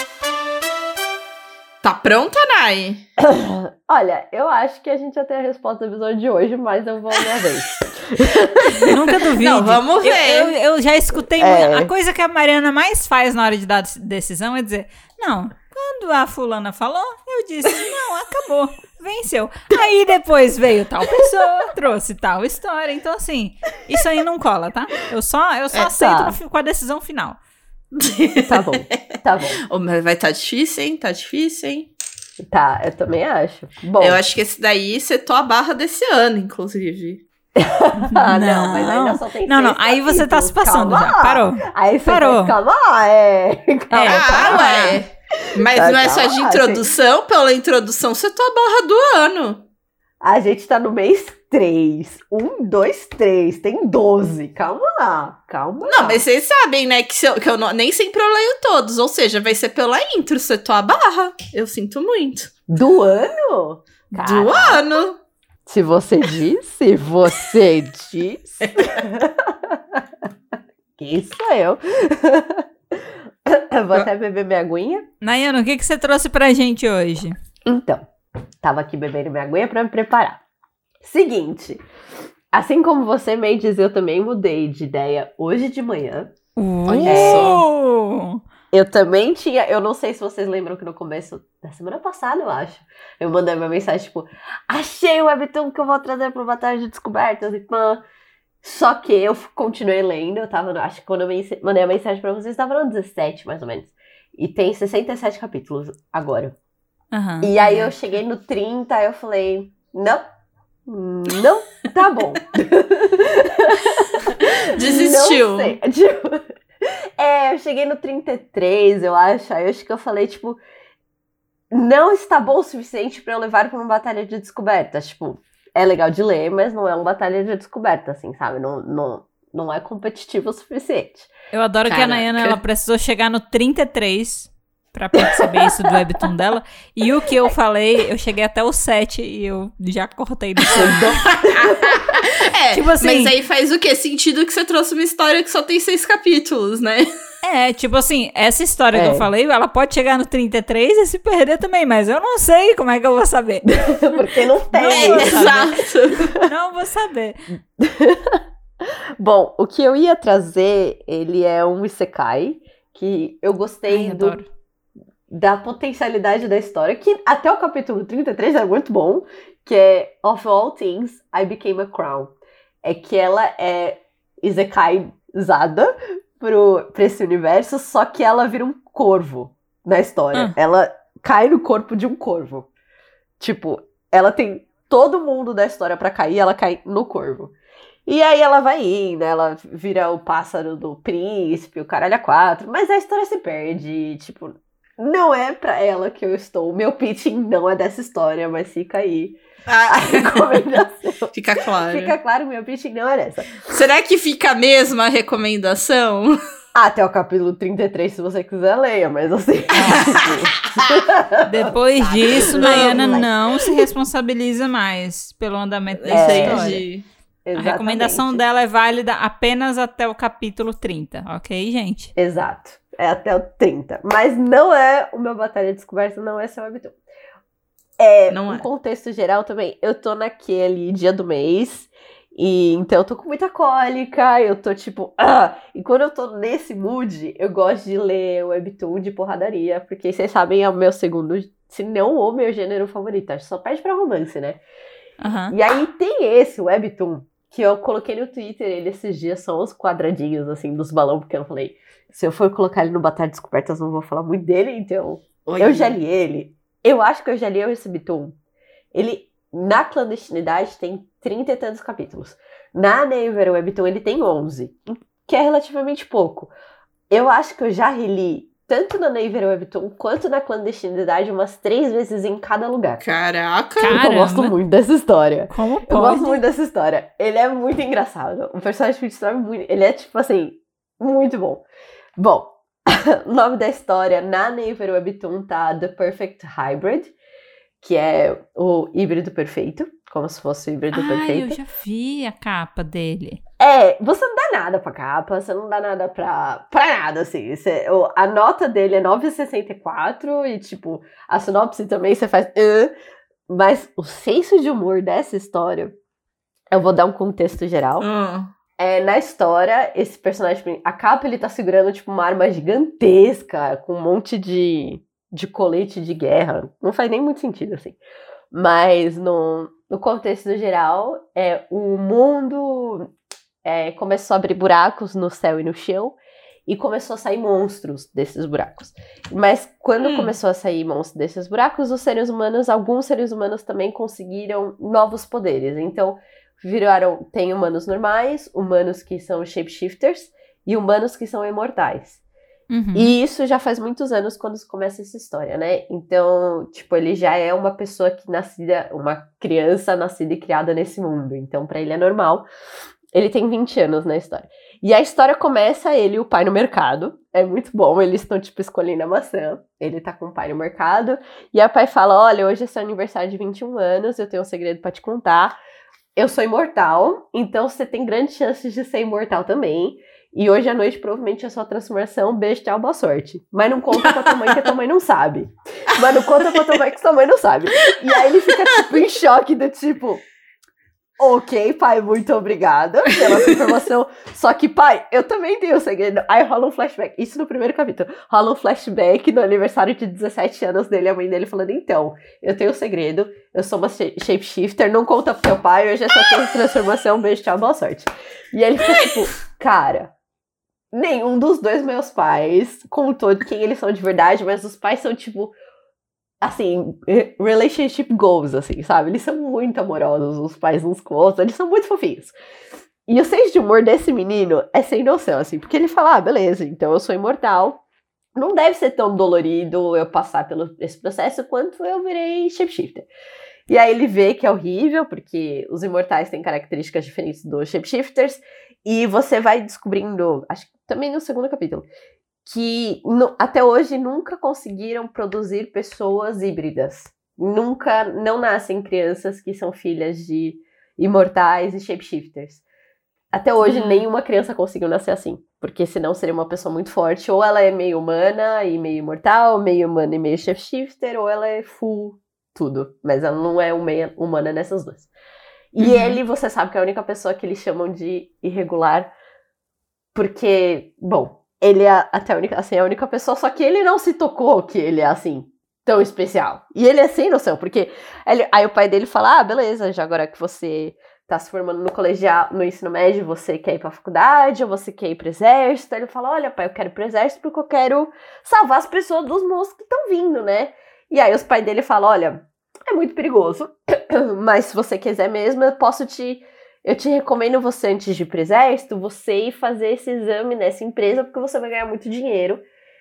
Tá pronta, Nai? Olha, eu acho que a gente já tem a resposta do episódio de hoje, mas eu vou a minha vez. Nunca duvide. Não, vamos ver. Eu já escutei a coisa que a Mariana mais faz na hora de dar decisão é dizer, não, quando a fulana falou, eu disse, não, acabou, venceu. Aí depois veio tal pessoa, trouxe tal história, então assim, isso aí não cola, tá? Eu só aceito com a decisão final. Tá bom. Mas vai estar difícil, hein? Tá difícil, hein? Tá, eu também acho. Bom. Eu acho que esse daí setou a barra desse ano, inclusive. Não, mas ainda só tem Não, aí você tá se passando já. Parou. Aí você parou. Calma. Ué. Mas não é só de introdução? Pela introdução, setou a barra do ano. A gente tá no mês 3. 1, 2, 3. Tem 12. Calma lá. Não, mas vocês sabem, né, que eu nem sempre eu leio todos. Ou seja, vai ser pela intro, setou a barra. Eu sinto muito. Do ano? Caraca. Do ano. Se você disse. Quem sou eu? Vou até beber minha aguinha. Nayana, o que você trouxe pra gente hoje? Então, tava aqui bebendo minha aguinha pra me preparar. Seguinte, assim como você, Mendes, eu também mudei de ideia hoje de manhã. Olha só. Eu também tinha, eu não sei se vocês lembram que no começo da semana passada, eu acho, eu mandei uma mensagem tipo, achei o webtoon que eu vou trazer pro Batalha de Descobertas e pã. Só que eu continuei lendo, eu tava, acho que quando eu mandei a mensagem pra vocês, tava no 17, mais ou menos. E tem 67 capítulos agora. Uhum. E aí eu cheguei no 30, eu falei, não, tá bom. Desistiu. Não sei. Eu cheguei no 33, eu acho. Aí eu acho que eu falei, tipo, não está bom o suficiente pra eu levar pra uma batalha de descobertas. Tipo, é legal de ler, mas não é uma batalha de descoberta, assim, sabe? Não é competitivo o suficiente. Eu adoro que a Nayana, ela precisou chegar no 33 pra perceber isso do webtoon dela. E o que eu falei, eu cheguei até o 7 e eu já cortei do segundo. Tipo assim, mas aí faz o quê? Sentido que você trouxe uma história que só tem 6 capítulos, né? Tipo assim, essa história que eu falei, ela pode chegar no 33 e se perder também, mas eu não sei como é que eu vou saber. Porque não tem. Exato. Não vou saber. Bom, o que eu ia trazer, ele é um isekai, que eu gostei da potencialidade da história, que até o capítulo 33 é muito bom, que é Of All Things, I Became a Crown. É que ela é isekai-zada pra esse universo, só que ela vira corvo na história. Ela cai no corpo de um corvo. Tipo, ela tem todo mundo da história pra cair, ela cai no corvo. E aí ela vai indo, ela vira o pássaro do príncipe, o caralho a quatro, mas a história se perde, tipo, não é pra ela que eu estou. O meu pitching não é dessa história, mas fica aí a recomendação. Fica claro. Fica claro, meu pitching não é dessa. Será que fica a mesma recomendação? Até o capítulo 33, se você quiser, leia, mas assim... Depois disso, Nayana não se responsabiliza mais pelo andamento da história. A recomendação dela é válida apenas até o capítulo 30, ok, gente? Exato. É até o 30. Mas não é o meu Batalha de Descoberta, não é seu webtoon. No contexto geral também, eu tô naquele dia do mês, e então eu tô com muita cólica, eu tô tipo... E quando eu tô nesse mood, eu gosto de ler o webtoon de porradaria, porque vocês sabem, é o meu segundo, se não o meu gênero favorito, acho que só perde pra romance, né? Uhum. E aí tem esse webtoon, que eu coloquei no Twitter, ele esses dias são os quadradinhos, assim, dos balões, porque eu falei, se eu for colocar ele no Batalha de Descobertas, eu não vou falar muito dele, então eu já li ele. Eu acho que eu já li esse webtoon. Ele, na clandestinidade, tem 30 e tantos capítulos. Na Naver Webtoon, ele tem 11, que é relativamente pouco. Eu acho que eu já reli, tanto na Naver Webtoon, quanto na clandestinidade, umas 3 vezes em cada lugar. Caraca! Eu gosto muito dessa história. Como pode? Eu gosto muito dessa história. Ele é muito engraçado. O personagem principal é muito... Ele é, tipo assim, muito bom. Bom, o nome da história na Naver Webtoon tá The Perfect Hybrid, que é o híbrido perfeito, como se fosse o híbrido perfeito. Eu já vi a capa dele. Você não dá nada pra capa, você não dá nada pra nada, assim. A nota dele é 9,64 e, tipo, a sinopse também você faz... Mas o senso de humor dessa história, eu vou dar um contexto geral. Na história, esse personagem, a capa, ele tá segurando, tipo, uma arma gigantesca, com um monte de colete de guerra. Não faz nem muito sentido, assim. Mas no contexto geral, o mundo começou a abrir buracos no céu e no chão, e começou a sair monstros desses buracos. Mas quando começou a sair monstros desses buracos, alguns seres humanos também conseguiram novos poderes. Então, tem humanos normais, humanos que são shapeshifters, e humanos que são imortais. Uhum. E isso já faz muitos anos quando começa essa história, né? Então, tipo, ele já é uma pessoa uma criança nascida e criada nesse mundo. Então, pra ele é normal. Ele tem 20 anos na história. E a história começa ele e o pai no mercado. É muito bom, eles estão, tipo, escolhendo a maçã. Ele tá com o pai no mercado. E a pai fala, olha, hoje é seu aniversário de 21 anos, eu tenho um segredo pra te contar. Eu sou imortal, então você tem grandes chances de ser imortal também. E hoje à noite, provavelmente, é a sua transformação. Beijo, tchau, boa sorte. Mas não conta pra tua mãe, que a tua mãe não sabe. Mas não conta pra tua mãe, que tua mãe não sabe. E aí ele fica, tipo, em choque, do tipo... Ok, pai, muito obrigada pela sua informação. Só que, pai, eu também tenho um segredo. Aí rola um flashback. Isso no primeiro capítulo. Rola um flashback no aniversário de 17 anos dele. A mãe dele falando, então, eu tenho um segredo. Eu sou uma shapeshifter. Não conta pro teu pai. Hoje é só tua transformação. Beijo, tchau, boa sorte. E aí ele fica tipo, cara... Nenhum dos dois meus pais contou de quem eles são de verdade, mas os pais são, tipo, assim, relationship goals, assim, sabe? Eles são muito amorosos, os pais uns com os outros, eles são muito fofinhos. E o senso de humor desse menino é sem noção, assim, porque ele fala, beleza, então eu sou imortal, não deve ser tão dolorido eu passar pelo esse processo quanto eu virei shapeshifter. E aí ele vê que é horrível, porque os imortais têm características diferentes dos shapeshifters, e você vai descobrindo, acho que também no segundo capítulo, que até hoje nunca conseguiram produzir pessoas híbridas. Não nascem crianças que são filhas de imortais e shapeshifters. Até hoje nenhuma criança conseguiu nascer assim, porque senão seria uma pessoa muito forte, ou ela é meio humana e meio imortal, meio humana e meio shapeshifter, ou ela é full tudo, mas ela não é humana nessas duas. E ele, você sabe que é a única pessoa que eles chamam de irregular, porque, bom, ele é até a única pessoa, só que ele não se tocou que ele é assim, tão especial. E ele é sem noção, porque aí o pai dele fala, beleza, já agora que você tá se formando no colegial, no ensino médio, você quer ir pra faculdade ou você quer ir pro exército? Aí ele fala, olha, pai, eu quero ir pro exército porque eu quero salvar as pessoas dos monstros que estão vindo, né? E aí os pais dele falam, olha, é muito perigoso, mas se você quiser mesmo, eu te recomendo você, antes de ir pro exército, você ir fazer esse exame nessa empresa porque você vai ganhar muito dinheiro.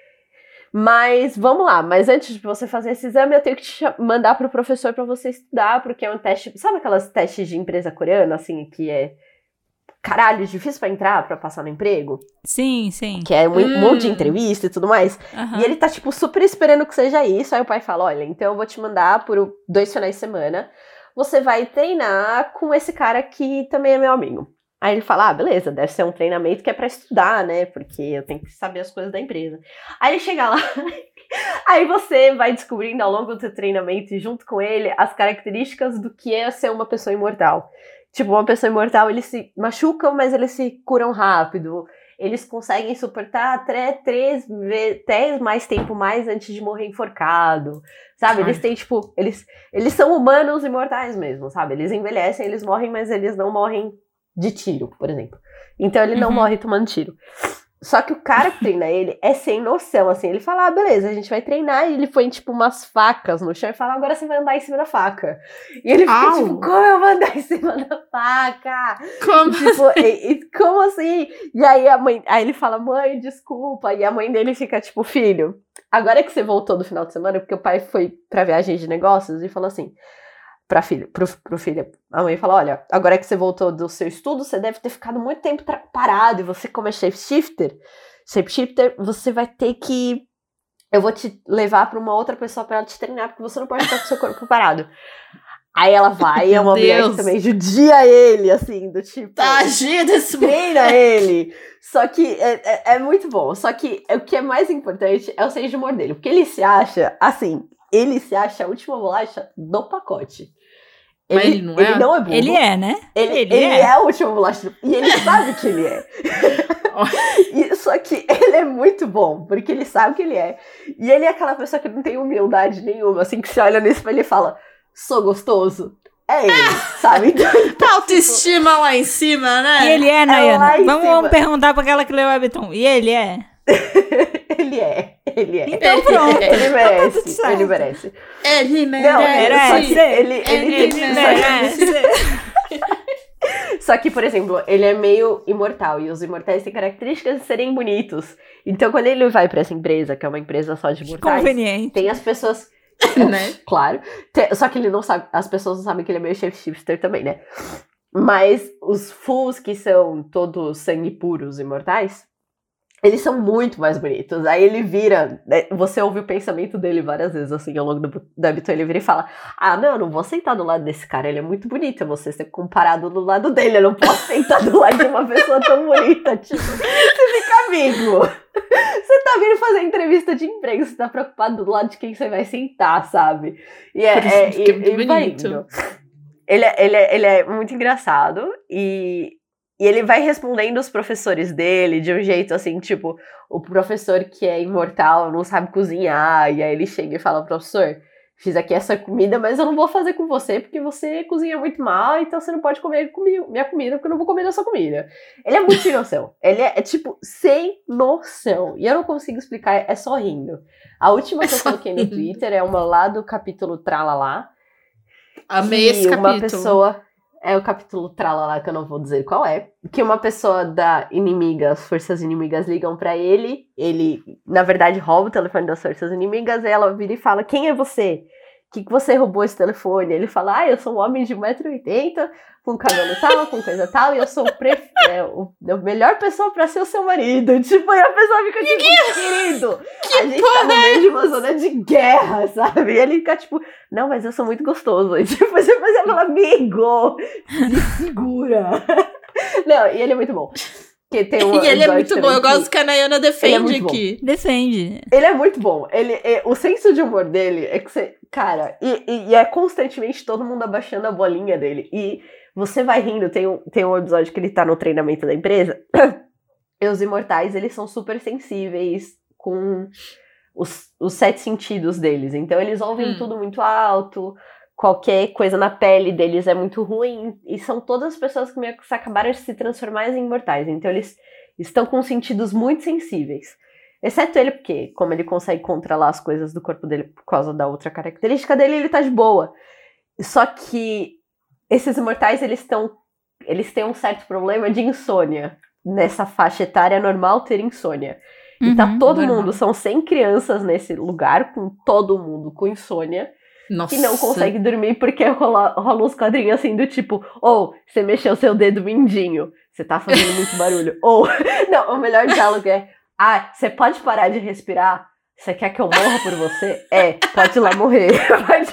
Mas vamos lá, mas antes de você fazer esse exame, eu tenho que te mandar pro professor pra você estudar, porque é um teste, sabe aquelas testes de empresa coreana, assim, que é, caralho, difícil pra entrar, pra passar no emprego? Sim, sim. Que é um monte de entrevista e tudo mais. Uhum. E ele tá, tipo, super esperando que seja isso, aí o pai fala, olha, então eu vou te mandar por 2 finais de semana, você vai treinar com esse cara que também é meu amigo. Aí ele fala, beleza, deve ser um treinamento que é pra estudar, né? Porque eu tenho que saber as coisas da empresa. Aí ele chega lá, aí você vai descobrindo ao longo do seu treinamento e junto com ele as características do que é ser uma pessoa imortal. Tipo, uma pessoa imortal, eles se machucam, mas eles se curam rápido. Eles conseguem suportar até 3 mais tempo mais antes de morrer enforcado, sabe? Eles têm, tipo, eles são humanos imortais mesmo, sabe? Eles envelhecem, eles morrem, mas eles não morrem de tiro, por exemplo. Então ele não morre tomando tiro. Só que o cara que treina ele é sem noção, assim. Ele fala, beleza, a gente vai treinar. E ele põe, tipo, umas facas no chão e fala, agora você vai andar em cima da faca. E ele fica, tipo, como eu vou andar em cima da faca? Como tipo, como assim? E aí aí ele fala, mãe, desculpa. E a mãe dele fica, tipo, filho, agora que você voltou do final de semana, porque o pai foi pra viagem de negócios e falou assim, pro filho, a mãe fala, olha, agora que você voltou do seu estudo, você deve ter ficado muito tempo parado, e você como é shapeshifter, você vai ter que, eu vou te levar pra uma outra pessoa pra ela te treinar, porque você não pode ficar com o seu corpo parado. Aí ela vai, e é uma mulher que também judia ele, assim, do tipo, tadinha desse treina ele. Só que é muito bom, só que o que é mais importante é o senso de humor dele, porque ele se acha, assim, a última bolacha do pacote. Mas ele não é? Ele não é burro. Ele é, né? Ele é a última bolacha. E ele sabe que ele é. Só que ele é muito bom, porque ele sabe que ele é. E ele é aquela pessoa que não tem humildade nenhuma, assim, que você olha no espelho e fala, sou gostoso. É ele, sabe? Então, autoestima lá em cima, né? E ele é, Nayana. Vamos Vamos perguntar pra aquela que leu o Webtoon. E ele é? Ele é. Então pronto. Ele merece. Tá Ele merece. Ele Não, merece. ele merece. Só que, por exemplo, ele é meio imortal. E os imortais têm características de serem bonitos. Então, quando ele vai pra essa empresa, que é uma empresa só de mortais, Conveniente. tem as pessoas... Né? Claro. Só que ele não sabe... As pessoas não sabem que ele é meio shapeshifter também, né? Mas os Fools, que são todos sangue puros imortais, eles são muito mais bonitos. Aí ele vira... Você ouve o pensamento dele várias vezes, assim, ao longo do Webtoon. Ele vira e fala, não vou sentar do lado desse cara, ele é muito bonito. Eu vou ser comparado do lado dele. Eu não posso sentar do lado de uma pessoa tão bonita. Tipo, você fica amigo. Você tá vindo fazer entrevista de emprego, você tá preocupado do lado de quem você vai sentar, sabe? E muito bonito. Ele é muito engraçado e ele vai respondendo os professores dele de um jeito assim, tipo, o professor que é imortal não sabe cozinhar, e aí ele chega e fala, professor, fiz aqui essa comida, mas eu não vou fazer com você porque você cozinha muito mal, então você não pode comer minha comida porque eu não vou comer da sua comida. Ele é muito sem noção. Ele é tipo, sem noção. E eu não consigo explicar, é só rindo. A última que eu coloquei no Twitter é uma lá do capítulo Tralalá. Amei esse capítulo. Uma pessoa... É o capítulo Tralalá, que eu não vou dizer qual é. Que uma pessoa da inimiga, as forças inimigas ligam pra ele. Ele, na verdade, rouba o telefone das forças inimigas. E ela vira e fala, quem é você? Que você roubou esse telefone? Ele fala, eu sou um homem de 1,80m, com cabelo tal, com coisa tal. E eu sou a melhor pessoa pra ser o seu marido. Tipo, e a pessoa fica tipo, querido, a gente tá no meio de uma zona de guerra, sabe? E ele fica tipo, não, mas eu sou muito gostoso. E tipo, você fala, amigo, se segura. Não, e ele é muito bom. Que tem e ele é muito bom, eu gosto que a Nayana defende aqui. Defende. Ele é muito bom. O senso de humor dele é que você... Cara, e é constantemente todo mundo abaixando a bolinha dele. E você vai rindo, tem um episódio que ele tá no treinamento da empresa. E os imortais, eles são super sensíveis com os 7 sentidos deles. Então eles ouvem tudo muito alto. qualquer coisa na pele deles é muito ruim. E são todas as pessoas que meio que acabaram de se transformar em imortais. Então eles estão com sentidos muito sensíveis. Exceto ele, porque como ele consegue controlar as coisas do corpo dele por causa da outra característica dele, ele tá de boa. Só que esses imortais, eles têm um certo problema de insônia. Nessa faixa etária é normal ter insônia. E tá todo mundo, são 100 crianças nesse lugar, com todo mundo com insônia. Nossa. Que não consegue dormir porque rola uns quadrinhos assim do tipo, você mexeu seu dedo mindinho, você tá fazendo muito barulho. Não, o melhor diálogo é, você pode parar de respirar? Você quer que eu morra por você? Pode ir lá morrer. Vai,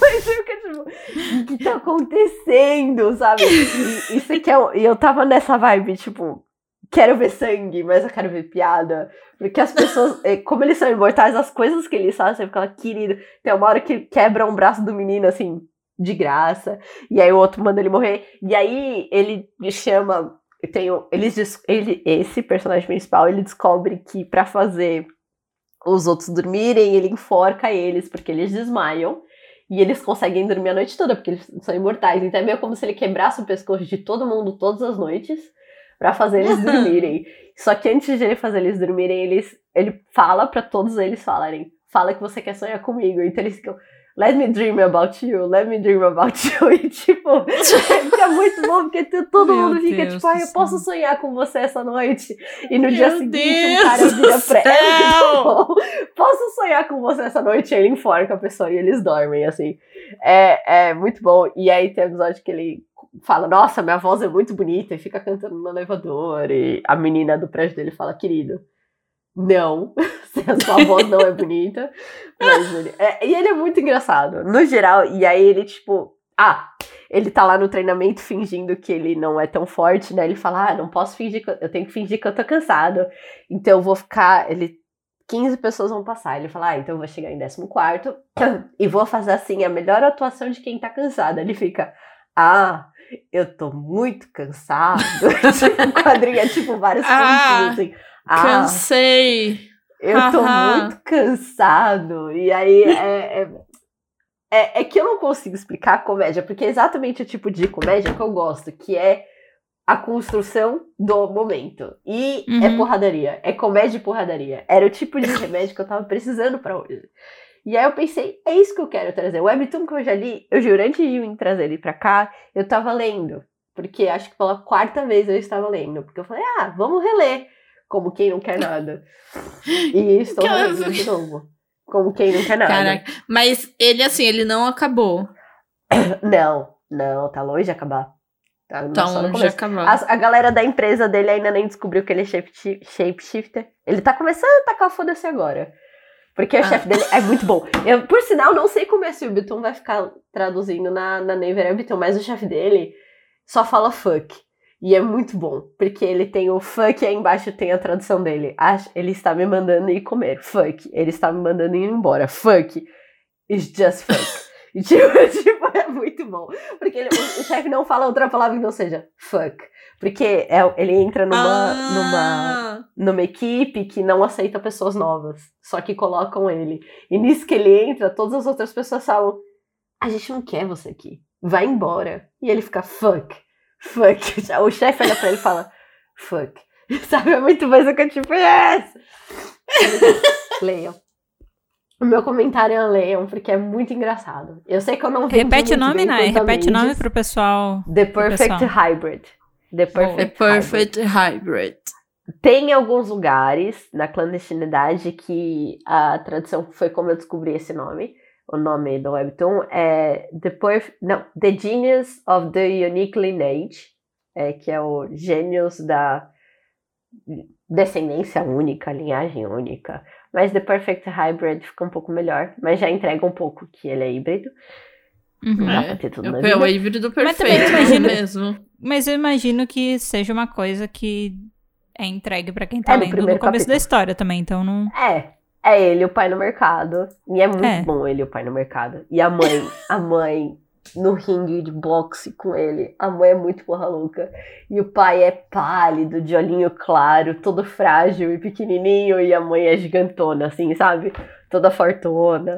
o que tá acontecendo, sabe? E eu tava nessa vibe, tipo, quero ver sangue, mas eu quero ver piada. Porque as pessoas, como eles são imortais, as coisas que eles fazem, você fica lá, querido. Tem uma hora que quebra um braço do menino, assim, de graça. E aí o outro manda ele morrer. E aí ele chama... Esse personagem principal, ele descobre que pra fazer os outros dormirem, ele enforca eles, porque eles desmaiam. E eles conseguem dormir a noite toda, porque eles são imortais. Então é meio como se ele quebrasse o pescoço de todo mundo todas as noites pra fazer eles dormirem. Só que antes de ele fazer eles dormirem, ele fala pra todos eles falarem, fala que você quer sonhar comigo. Então eles ficam, let me dream about you, let me dream about you. E tipo, fica muito bom, porque todo mundo fica tipo, eu posso sonhar com você essa noite. E no dia seguinte, um cara vira pra ela, posso sonhar com você essa noite. E ele enforca a pessoa e eles dormem, assim. É muito bom. E aí tem um episódio que ele fala, nossa, minha voz é muito bonita, e fica cantando no elevador. E a menina do prédio dele fala, querido, não, a sua voz não é bonita. Mas e ele é muito engraçado, no geral. E aí ele, tipo, ele tá lá no treinamento fingindo que ele não é tão forte, né? Ele fala, não posso fingir, eu tenho que fingir que eu tô cansado. Então eu vou ficar, 15 pessoas vão passar. Ele fala, então eu vou chegar em 14º e vou fazer, assim, a melhor atuação de quem tá cansado. Ele fica, eu tô muito cansado. O quadrinho é, tipo, vários pontinhos, assim. Cansei. Eu tô muito cansado. E aí é que eu não consigo explicar a comédia, porque é exatamente o tipo de comédia que eu gosto, que é a construção do momento. E é porradaria. É comédia e porradaria. Era o tipo de remédio que eu tava precisando pra hoje. E aí eu pensei, é isso que eu quero trazer. O webtoon que eu já li, eu juro, antes de eu trazer ele pra cá, eu tava lendo. Porque acho que pela 4ª vez eu estava lendo. Porque eu falei, vamos reler. Como quem não quer nada. E estou relendo de novo. Como quem não quer nada. Caraca, mas ele, assim, ele não acabou. Não, tá longe de acabar. Tá longe de acabar. A galera da empresa dele ainda nem descobriu que ele é shapeshifter. Ele tá começando a tacar foda-se agora. Porque o chefe dele é muito bom. Eu, por sinal, não sei como esse Webtoon vai ficar traduzindo na Naver Webtoon, mas o chefe dele só fala fuck. E é muito bom, porque ele tem o fuck e aí embaixo tem a tradução dele. Ele está me mandando ir comer. Fuck. Ele está me mandando ir embora. Fuck. It's just fuck. E tipo, é muito bom. Porque o chefe não fala outra palavra que não seja fuck. Porque ele entra numa equipe que não aceita pessoas novas. Só que colocam ele. E nisso que ele entra, todas as outras pessoas falam, a gente não quer você aqui. Vai embora. E ele fica fuck. O chefe olha pra ele e fala fuck. Sabe, é muito mais do que tipo, yes! Leiam. O meu comentário é leiam, porque é muito engraçado. Eu sei que eu não vejo. Repete o nome, Nai. Repete o nome pro pessoal. The Perfect Hybrid. The Perfect Hybrid. Tem alguns lugares na clandestinidade que a tradução foi como eu descobri esse nome. O nome do webtoon é The Genius of the Unique Lineage, que é o gênios da descendência única, linhagem única. Mas The Perfect Hybrid fica um pouco melhor, mas já entrega um pouco que ele é híbrido. Não dá pra ter tudo na vida. É o híbrido perfeito mesmo. Mas eu imagino que seja uma coisa que é entregue pra quem tá lendo no começo da história também, então não... É ele, o pai no mercado. E é muito bom ele, o pai no mercado. E a mãe no ringue de boxe com ele. A mãe é muito porra louca. E o pai é pálido, de olhinho claro, todo frágil e pequenininho. E a mãe é gigantona, assim, sabe? Toda fortuna.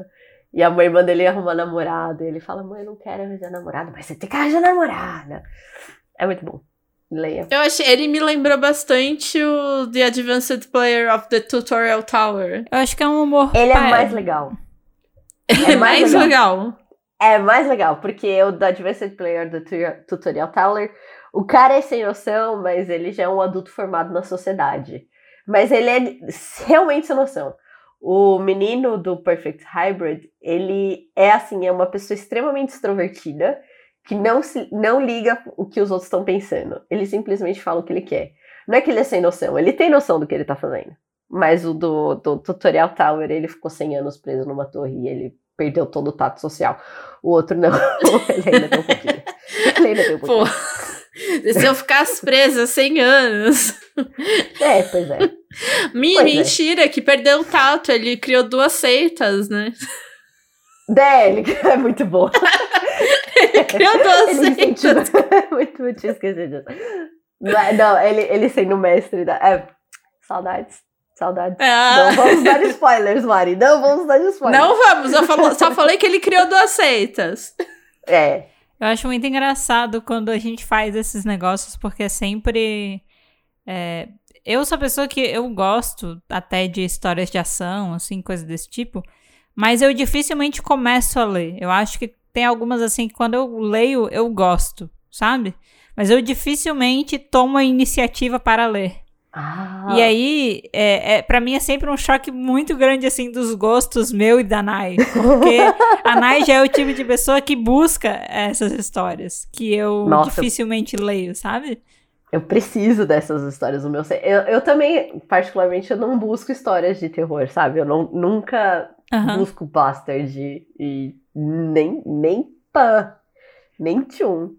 E a irmã dele arruma namorado. E ele fala, mãe, eu não quero arranjar namorado, mas você tem que arranjar namorada. É muito bom. Leia. Ele me lembrou bastante o The Advanced Player of the Tutorial Tower. Eu acho que é um humor... Ele é mais legal. É mais legal. É mais legal, porque o da Advanced Player do Tutorial Tower, o cara é sem noção, mas ele já é um adulto formado na sociedade. Mas ele é realmente sem noção. O menino do Perfect Hybrid, ele é assim, é uma pessoa extremamente extrovertida, que não liga o que os outros estão pensando. Ele simplesmente fala o que ele quer. Não é que ele é sem noção, ele tem noção do que ele tá fazendo. Mas o do Tutorial Tower, ele ficou 100 anos preso numa torre e ele perdeu todo o tato social. O outro não. Ele ainda tem um pouquinho. Pô, se eu ficasse presa 100 anos... Pois é. Mentira, que perdeu o tato. Ele criou 2 seitas, né? Ele é muito bom. Ele criou 2 seitas. Muito tinha esquecido disso. Não, ele sendo mestre da... Saudades. Não vamos dar spoilers, Mari. Não vamos dar spoilers. Não vamos, só falei que ele criou 2 seitas. Eu acho muito engraçado quando a gente faz esses negócios, porque é sempre... eu sou a pessoa que eu gosto até de histórias de ação, assim, coisa desse tipo, mas eu dificilmente começo a ler. Eu acho que tem algumas, assim, que quando eu leio, eu gosto, sabe? Mas eu dificilmente tomo a iniciativa para ler. E aí, pra mim é sempre um choque muito grande, assim, dos gostos meu e da Nai. Porque a Nai já é o tipo de pessoa que busca essas histórias, que eu dificilmente leio, sabe? Eu preciso dessas histórias no meu... Eu também, particularmente, eu não busco histórias de terror, sabe? Eu nunca busco Bastard e nem tchum.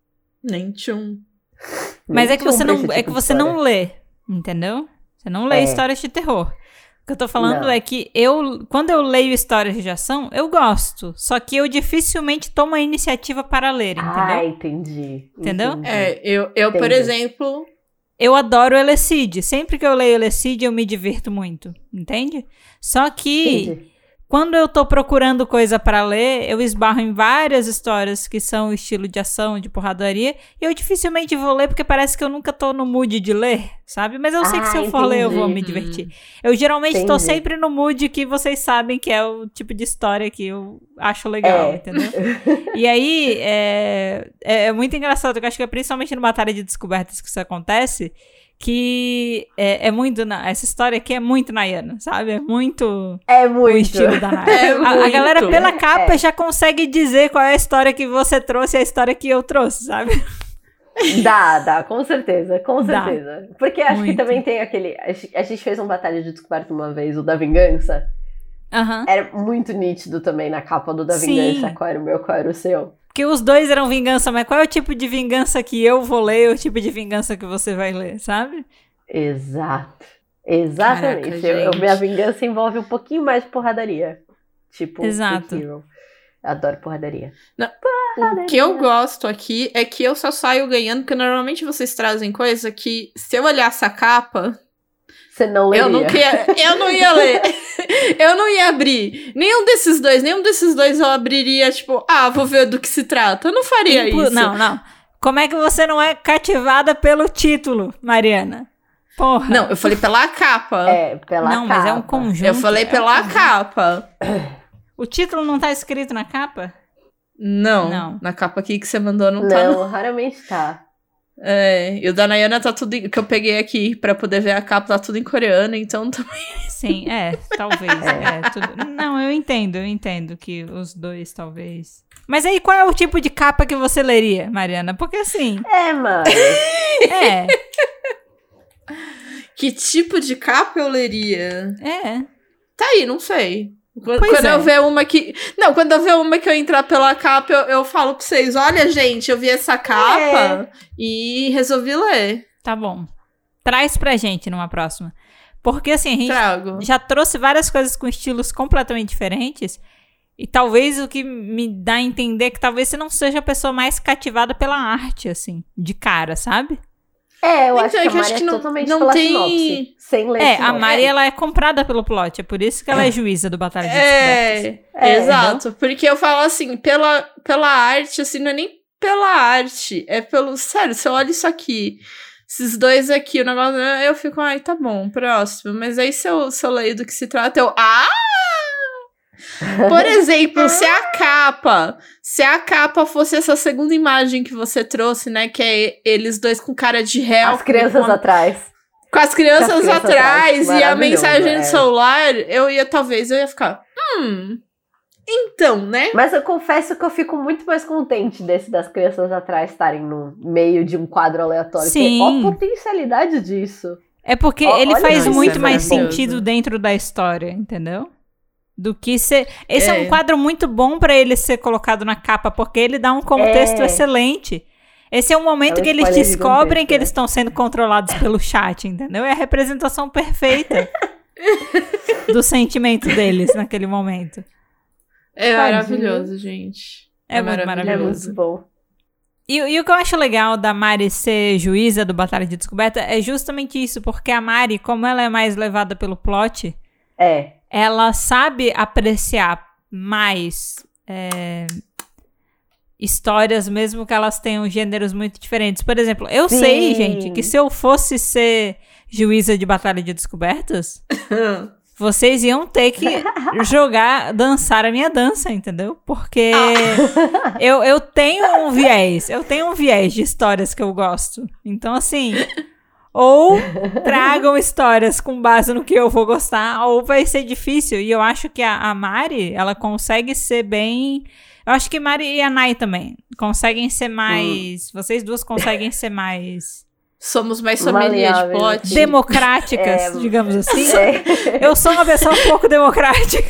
Mas é que você não lê. Entendeu? Você não lê histórias de terror. O que eu tô falando é que quando eu leio histórias de ação, eu gosto. Só que eu dificilmente tomo a iniciativa para ler, entendeu? Entendi. Entendeu? Eu por exemplo... Eu adoro Elecid. Sempre que eu leio Elecid, eu me divirto muito. Entende? Só que... Quando eu tô procurando coisa pra ler, eu esbarro em várias histórias que são estilo de ação, de porradaria, e eu dificilmente vou ler porque parece que eu nunca tô no mood de ler, sabe? Mas eu sei que se eu for ler, eu vou me divertir. Eu geralmente tô sempre no mood que vocês sabem que é o tipo de história que eu acho legal, entendeu? E aí, é muito engraçado, eu acho que é principalmente no Batalha de Descobertas que isso acontece, que é muito... Essa história aqui é muito Nayana, sabe? É muito o estilo da Nayana. A galera, pela capa, já consegue dizer qual é a história que você trouxe e a história que eu trouxe, sabe? Dá, com certeza. Porque acho que também tem aquele... A gente fez um Batalha de Descoberta uma vez, o da Vingança. Era muito nítido também na capa do da Vingança, qual era o meu, qual era o seu. Porque os dois eram vingança, mas qual é o tipo de vingança que eu vou ler e o tipo de vingança que você vai ler, sabe? Exato. Exatamente. Minha vingança envolve um pouquinho mais de porradaria. Tipo, exato. Eu adoro porradaria. Não, o que eu gosto aqui é que eu só saio ganhando, porque normalmente vocês trazem coisa que, se eu olhasse a capa... Você não leria. Eu não ia ler. Eu não ia abrir. Nenhum desses dois eu abriria, tipo, vou ver do que se trata. Eu não faria isso. Não. Como é que você não é cativada pelo título, Mariana? Porra. Não, eu falei pela capa. Pela capa. Não, mas é um conjunto. Eu falei pela capa. O título não tá escrito na capa? Não. Na capa aqui que você mandou não tá. Não, raramente tá. E o da Nayana tá tudo que eu peguei aqui pra poder ver a capa, tá tudo em coreano, então também. Sim, talvez. Tudo... Não, eu entendo que os dois talvez. Mas aí qual é o tipo de capa que você leria, Mariana? Porque assim. Mano. Que tipo de capa eu leria? Tá aí, não sei. Quando eu ver uma que... Não, quando eu ver uma que eu entrar pela capa, eu falo pra vocês, olha, gente, eu vi essa capa e resolvi ler. Tá bom. Traz pra gente numa próxima. Porque, assim, a gente já trouxe várias coisas com estilos completamente diferentes e talvez o que me dá a entender é que talvez você não seja a pessoa mais cativada pela arte, assim, de cara, sabe? Eu Então, acho é que a que eu acho Mari que é não- totalmente não pela tem- sinopse, sem ler A sinopse. Mari, ela é comprada pelo plot. É por isso que ela é juíza do Batalha de Descobertas. Exato. Porque eu falo assim, pela arte, assim, não é nem pela arte, é pelo... Sério, você olha isso aqui, esses dois aqui, o negócio... Eu fico, ai, tá bom, próximo. Mas aí se eu leio do que se trata, eu... Por exemplo, se a capa fosse essa segunda imagem que você trouxe, né? Que é eles dois com cara de réu. As crianças atrás. Com as crianças atrás e a Maravilhoso, mensagem do celular, eu ia ficar... Então, né? Mas eu confesso que eu fico muito mais contente desse das crianças atrás estarem no meio de um quadro aleatório. Sim. Olha a potencialidade disso. É porque Ó, ele olha faz isso, muito é mais maravilhoso. sentido dentro da história, entendeu? Do que ser... Esse é um É. quadro muito bom pra ele ser colocado na capa, porque ele dá um contexto excelente. Esse é um momento É um que eles spoiler descobrem gigantesco, que eles estão sendo controlados pelo chat, entendeu? É a representação perfeita do sentimento deles naquele momento. É Tadinho. maravilhoso, gente. É muito É maravilhoso. muito bom. E o que eu acho legal da Mari ser juíza do Batalha de Descoberta é justamente isso, porque a Mari, como ela é mais levada pelo plot, ela sabe apreciar mais histórias, mesmo que elas tenham gêneros muito diferentes. Por exemplo, eu Sim. sei, gente, que se eu fosse ser juíza de Batalha de Descobertas, vocês iam ter que dançar a minha dança, entendeu? Porque eu tenho um viés de histórias que eu gosto. Então, assim, ou tragam histórias com base no que eu vou gostar, ou vai ser difícil. E eu acho que a Mari, ela consegue ser bem... Eu acho que Mari e a Nai também conseguem ser mais... Vocês duas conseguem ser mais... Somos mais sommelier de plot. democráticas, digamos assim. É. Eu sou uma pessoa um pouco democrática.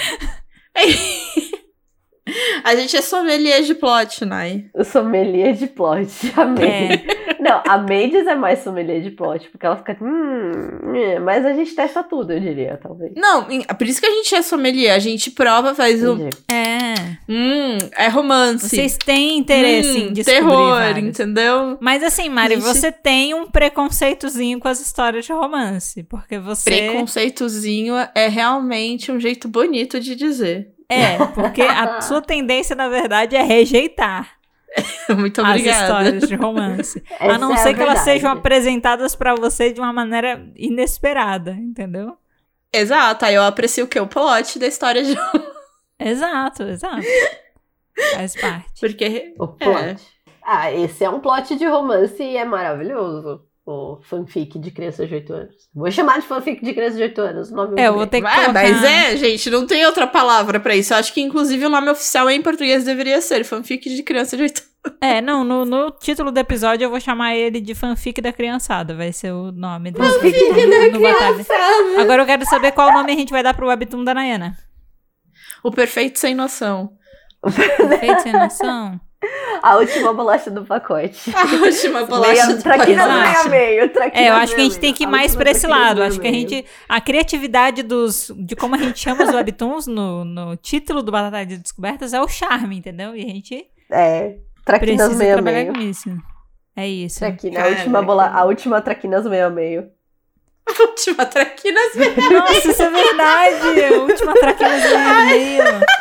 A gente é sommelier de plot, Nai. O sommelier de plot. Amei. Não, a Mendes é mais sommelier de plot, porque ela fica... mas a gente testa tudo, eu diria, talvez. Não, por isso que a gente é sommelier. A gente prova, faz um... Entendi. É romance. Vocês têm interesse em descobrir terror, vários. entendeu? Mas assim, Mari, Gente. você tem um preconceitozinho com as histórias de romance. Porque você... Preconceitozinho é realmente um jeito bonito de dizer. Porque a sua tendência, na verdade, é rejeitar Muito as obrigada. histórias de romance. A Essa não é ser a que elas verdade. sejam apresentadas pra você de uma maneira inesperada, entendeu? Exato, aí eu aprecio o quê? O plot da história de... Exato. Faz parte. Porque... O plot. Esse é um plot de romance e é maravilhoso. O fanfic de crianças de 8 anos. Vou chamar de fanfic de crianças de 8 anos. O nome Eu vou ter que colocar... Mas gente, não tem outra palavra pra isso. Eu acho que, inclusive, o nome oficial em português deveria ser fanfic de criança de 8 anos. Não, no título do episódio eu vou chamar ele de fanfic da criançada. Vai ser o nome desse Fanfic no Batalha. Agora eu quero saber qual nome a gente vai dar pro webtoon da Nayana. O perfeito sem noção. Perfeito, sem noção? A última bolacha do pacote. A última bolacha do Traquinas pacote. meio. Eu acho que a gente tem que ir mais pra esse lado. Acho que a criatividade de como a gente chama os webtoons no título do Batalha de Descobertas é o charme, entendeu? E a gente Traquinas precisa meio a trabalhar meio. com isso. É isso. Traquina, Caraca. a última traquinas meio a meio. A última traquinas meio. Nossa, isso é verdade! A última traquinas meio.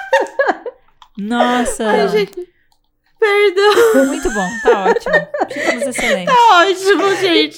Nossa. Ai, gente. Perdão. Muito bom, tá ótimo. Títulos excelentes. Tá ótimo, gente.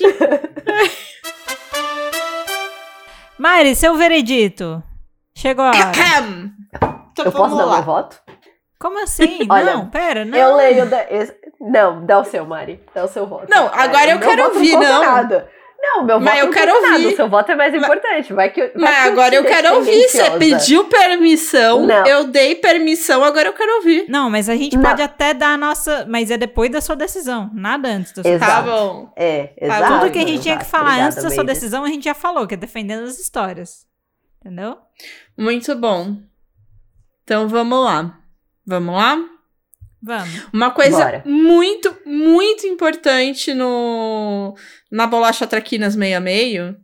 Mari, seu veredito. Chegou a hora. Então Eu posso vamos dar lá. meu voto? Como assim? Olha, não, pera, não. Eu leio... Não, dá o seu, Mari. Dá o seu voto. Não, agora eu meu quero voto ouvir, conta não. nada. Não, meu Mas voto eu não quero conta nada. ouvir. O seu voto é mais importante. Vai que Mas agora eu quero ouvir. Você pediu permissão, Não. eu dei permissão, agora eu quero ouvir. Não, mas a gente Não. pode até dar a nossa... Mas é depois da sua decisão, nada antes da sua Exato. Tá bom. Exato. Tudo que a gente tinha que falar Obrigada, antes da sua Mendes. decisão, a gente já falou, que é defendendo as histórias. Entendeu? Muito bom. Então vamos lá. Vamos lá? Vamos. Uma coisa Bora. muito, muito importante na bolacha Traquinas meio a meio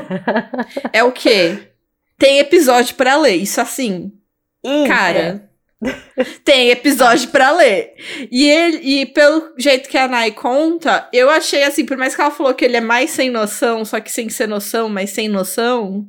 é o quê? Tem episódio pra ler. Isso assim, cara, Tem episódio pra ler. E pelo jeito que a Nai conta, eu achei assim, por mais que ela falou que ele é mais sem noção, só que sem ser noção, mas sem noção.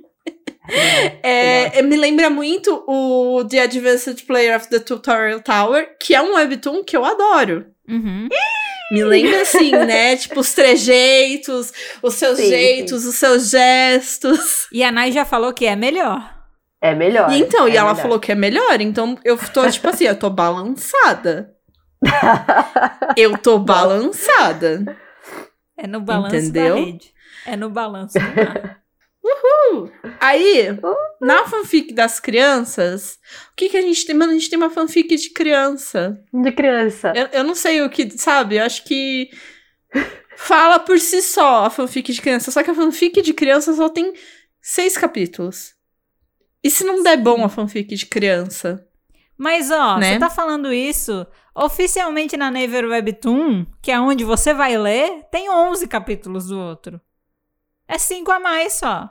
Me lembra muito o The Advanced Player of the Tutorial Tower, que é um webtoon que eu adoro. Uhum. Me lembra assim, né? Tipo, os trejeitos, os seus jeitos, os seus gestos. E a Nai já falou que é melhor. É melhor. E então, ela ela falou que é melhor, então eu tô, tipo assim, eu tô balançada. Eu tô balançada. É no balanço Entendeu? da rede. É no balanço do mar. Aí, na fanfic das crianças, o que a gente tem? Mano, a gente tem uma fanfic de criança. De criança. Eu não sei o que, sabe? Eu acho que fala por si só a fanfic de criança. Só que a fanfic de criança só tem 6 capítulos. E se não der bom a fanfic de criança? Mas, ó, Né? você tá falando isso oficialmente na Naver Webtoon, que é onde você vai ler, tem 11 capítulos do outro. É 5 a mais só.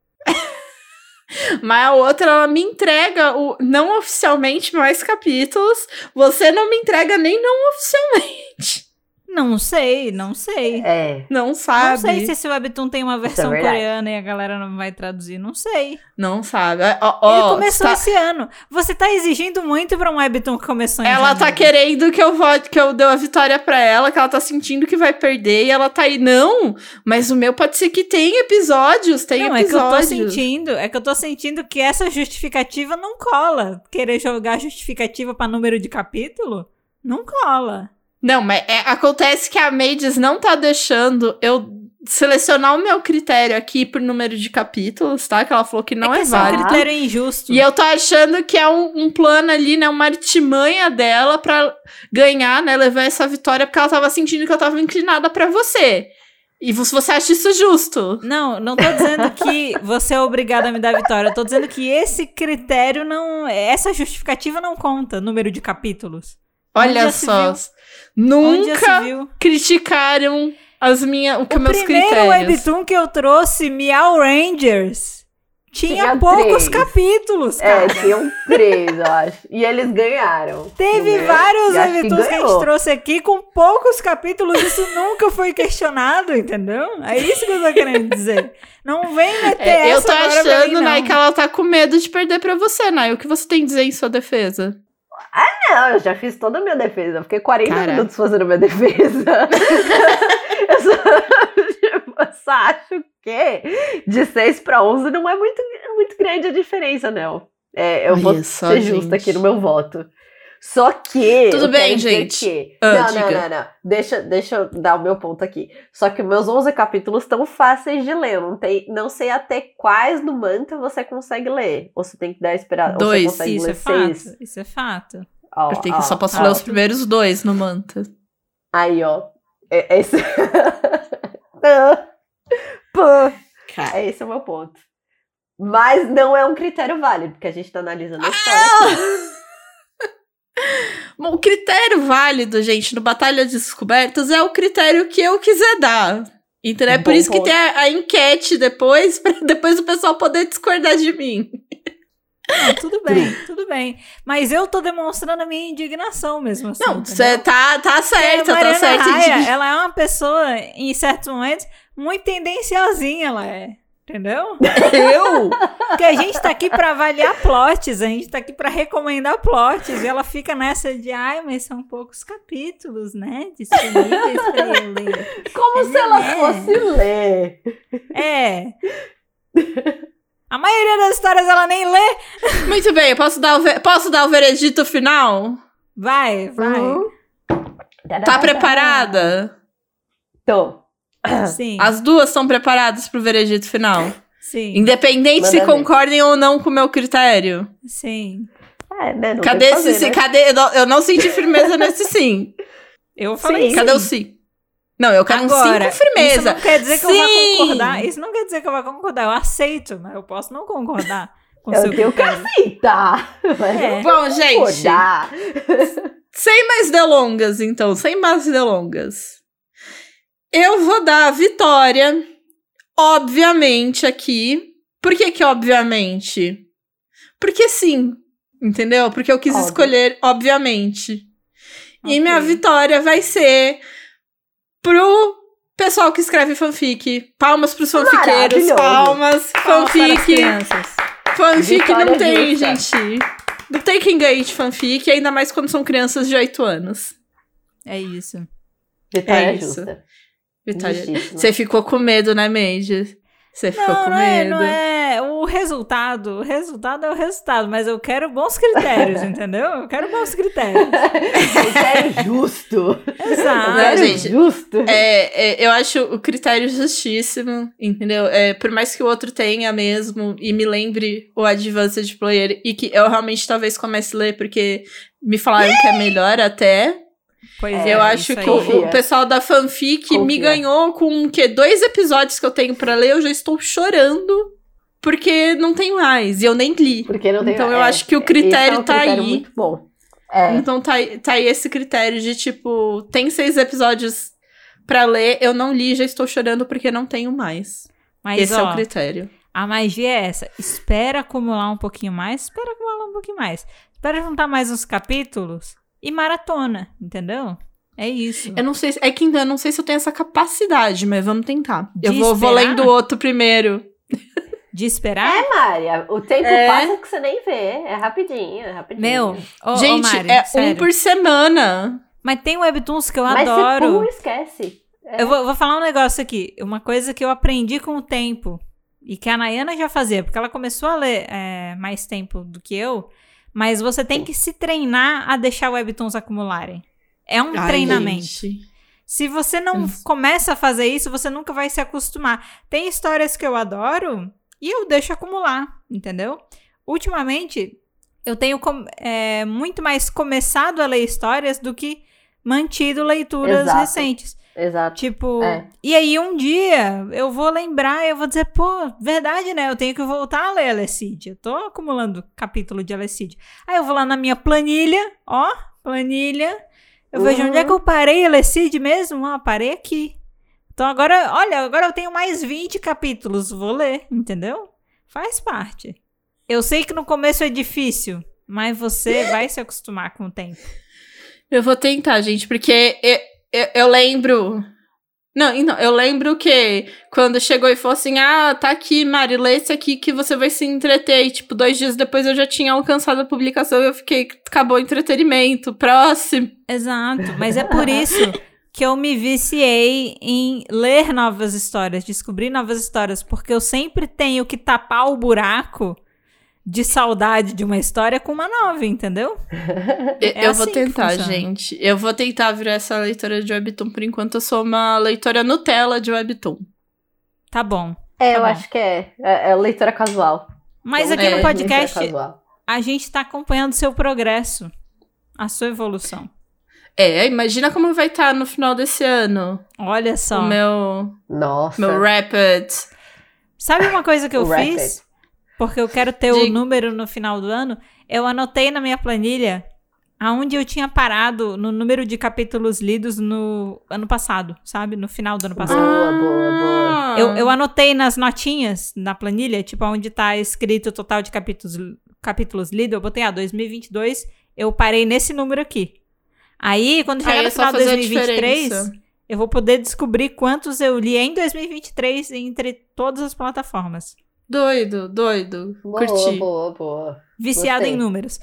Mas a outra, ela me entrega não oficialmente mais capítulos. Você não me entrega nem não oficialmente. Não sei. É. Não sabe. Não sei se esse Webtoon tem uma versão verdade. coreana e a galera não vai traduzir. Não sei. Não sabe. Ele começou esse ano. Você tá exigindo muito pra um Webtoon que começou em Ela janeiro. tá querendo que eu vote, que eu dê a vitória pra ela, que ela tá sentindo que vai perder, e ela tá aí, não, mas o meu pode ser que tenha episódios, Não, é que eu tô sentindo que essa justificativa não cola. Querer jogar justificativa pra número de capítulo, não cola. Não, mas acontece que a Mades não tá deixando eu selecionar o meu critério aqui por número de capítulos, tá? Que ela falou que não é esse é um válido. critério injusto. E eu tô achando que é um plano ali, né? Uma artimanha dela pra ganhar, né? Levar essa vitória, porque ela tava sentindo que eu tava inclinada pra você. E você acha isso justo? Não tô dizendo que você é obrigada a me dar vitória. Eu tô dizendo que esse critério não... Essa justificativa não conta, número de capítulos. Olha só. Nunca criticaram os meus critérios. O primeiro webtoon que eu trouxe, Meow Rangers, tinha poucos 3 capítulos, cara. Tinham 3, eu acho. E eles ganharam. Teve vários webtoons que a gente trouxe aqui com poucos capítulos. Isso nunca foi questionado, entendeu? É isso que eu tô querendo dizer. Não vem meter essa Eu tô agora pra achando, mim, Nai, não. que ela tá com medo de perder pra você, Nai. O que você tem a dizer em sua defesa? Não, eu já fiz toda a minha defesa. Eu fiquei 40 Caraca. minutos fazendo a minha defesa. Eu só acho que de 6 pra 11 não é muito grande a diferença, não. Eu Olha vou só, ser justa gente. aqui no meu voto. Só que... Tudo eu bem, quero dizer gente. que- Diga. Não. Deixa eu dar o meu ponto aqui. Só que meus 11 capítulos estão fáceis de ler. Eu não sei até quais do Manta você consegue ler. Ou você tem que dar esperar. 2. Ou você consegue Isso ler é fato. 6. Isso é fato. Eu só posso ler os primeiros 2 no Manta. Aí, ó. Esse... Pô, esse é o meu ponto. Mas não é um critério válido, porque a gente tá analisando a história aqui. Bom, o critério válido, gente, no Batalha de Descobertas é o critério que eu quiser dar. Entendeu? É por Bom isso que ponto. tem a enquete depois, pra depois o pessoal poder discordar de mim. Não, tudo bem. Mas eu tô demonstrando a minha indignação mesmo assim. Não, entendeu? você tá Porque certa, a tá Mariana certa. Raia, ela é uma pessoa, em certos momentos, muito tendenciosinha, ela é. Entendeu? Porque a gente tá aqui pra avaliar plots, a gente tá aqui pra recomendar plots, e ela fica nessa de, mas são poucos capítulos, né? Disponíveis pra eu ler. Como se ela fosse ler. A maioria das histórias ela nem lê. Muito bem, posso dar o veredito final? Vai. Tá preparada? Tô. Sim. As duas estão preparadas pro veredito final? Sim. Independente se Manda ver. concordem ou não com o meu critério. Sim. Né, não Cadê tem o que esse fazer, sim? né? Cadê? Eu não senti firmeza nesse sim. Eu falei sim. Cadê o sim? Não, eu quero Agora, um sim com firmeza. Isso não quer dizer que eu vá Sim! concordar. Isso não quer dizer que eu vá concordar. Eu aceito, mas eu posso não concordar com o Eu seu tenho que critério. aceitar. Mas É. eu Bom, vou gente, concordar. sem mais delongas, então. Sem mais delongas. Eu vou dar a vitória, obviamente, aqui. Por que obviamente? Porque sim. Entendeu? Porque eu quis Óbvio. escolher, obviamente. Ok. E minha vitória vai ser pro pessoal que escreve fanfic. Palmas pros fanfiqueiros. Maravilhoso. Palmas. Palmas para as Fanfic. crianças. Fanfic Vitória não tem, justa. gente. Não tem quem ganhe de fanfic, ainda mais quando são crianças de 8 anos. É isso. Vitória É isso. justa. Vitória. Justíssima. Você ficou com medo, né, Mage? Você ficou com Não medo. é. O resultado é o resultado, mas eu quero bons critérios, entendeu? Eu quero bons critérios. Critério justo. Exato. Né, Critério gente? justo. Eu acho o critério justíssimo, entendeu? Por mais que o outro tenha mesmo, e me lembre o Advanced Player, e que eu realmente talvez comece a ler, porque me falaram que é melhor até. Pois Eu acho isso que aí. Confia. o pessoal da fanfic me Confia. ganhou com o quê? 2 episódios que eu tenho pra ler, eu já estou chorando, porque não tem mais, e eu nem li. Porque não tem... Então eu acho que o critério esse é um tá critério aí. muito bom. É. Então tá aí esse critério de, tipo, tem 6 episódios pra ler, eu não li, já estou chorando porque não tenho mais. Mas, Esse é o ó, critério. a magia é essa. Espera acumular um pouquinho mais, Espera juntar mais uns capítulos e maratona, entendeu? É isso. Eu não sei, eu não sei se eu tenho essa capacidade, mas vamos tentar. De Eu vou esperar? lendo o outro primeiro. De esperar? É, Mária, o tempo É. passa que você nem vê. É rapidinho, é rapidinho. Meu, ô, Gente, Mari, é sério. 1 por semana. Mas tem webtoons que eu Mas adoro. se esquece. É. Eu vou falar um negócio aqui. Uma coisa que eu aprendi com o tempo. E que a Nayana já fazia. Porque ela começou a ler mais tempo do que eu. Mas você tem que se treinar a deixar webtoons acumularem. É um treinamento. Gente. Se você não começa a fazer isso, você nunca vai se acostumar. Tem histórias que eu adoro e eu deixo acumular, entendeu? Ultimamente, eu tenho muito mais começado a ler histórias do que mantido leituras Exato. recentes. Exato. Tipo, É. e aí um dia eu vou lembrar e eu vou dizer, pô, verdade, né? Eu tenho que voltar a ler Alecid. Eu tô acumulando capítulo de Alecid. Aí eu vou lá na minha planilha, planilha. Eu vejo onde é que eu parei Alecid mesmo. Parei aqui. Então agora eu tenho mais 20 capítulos. Vou ler, entendeu? Faz parte. Eu sei que no começo é difícil, mas você vai se acostumar com o tempo. Eu vou tentar, gente, porque eu lembro... Não, eu lembro que quando chegou e falou assim, tá aqui, Mari, lê esse aqui que você vai se entreter. E, tipo, 2 dias depois eu já tinha alcançado a publicação e eu fiquei, acabou o entretenimento, próximo. Exato, mas é por isso que eu me viciei em ler novas histórias, descobrir novas histórias, porque eu sempre tenho que tapar o buraco de saudade de uma história com uma nova, entendeu? Eu vou assim que tentar, funciona. gente. Eu vou tentar virar essa leitora de webtoon. Por enquanto, eu sou uma leitora Nutella de webtoon. Tá bom. Eu bom. acho que é leitura casual. Mas aqui É, no podcast, Leitura casual. a gente tá acompanhando o seu progresso, a sua evolução. Imagina como vai estar no final desse ano. Olha só. O meu Nossa. Rapid. Sabe uma coisa que eu O fiz? Rapid. Porque eu quero ter o Diga. número no final do ano. Eu anotei na minha planilha aonde eu tinha parado no número de capítulos lidos no ano passado, sabe? No final do ano passado. Boa. Eu anotei nas notinhas na planilha, tipo, onde tá escrito o total de capítulos lidos, eu botei, 2022, eu parei nesse número aqui. Aí, quando chegar Aí no é só final de fazer a 2023, diferença. eu vou poder descobrir quantos eu li em 2023 entre todas as plataformas. Doido. Curti. Boa. Viciada Gostei. em números.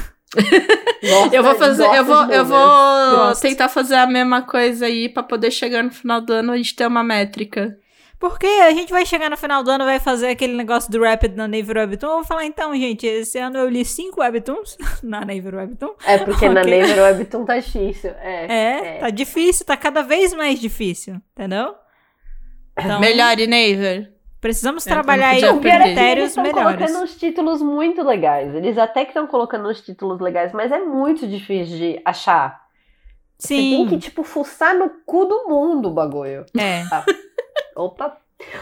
Gosta- Eu vou fazer, gosta eu vou de números. Gosto. tentar fazer a mesma coisa aí pra poder chegar no final do ano e a gente ter uma métrica. Porque a gente vai chegar no final do ano e vai fazer aquele negócio do Rapid na Naver Webtoon. Eu vou falar, então, gente, esse ano eu li 5 Webtoons na Naver Webtoon. É porque na Ok. Naver Webtoon tá difícil. Tá difícil, tá cada vez mais difícil, entendeu? Então, Melhore, Naver. precisamos É, eu trabalhar não aí podia com aprender. Eles critérios estão melhores. colocando uns títulos muito legais. Eles até que estão colocando uns títulos legais, mas é muito difícil de achar. Você tem Sim, que, tipo, fuçar no cu do mundo o bagulho. é. Opa.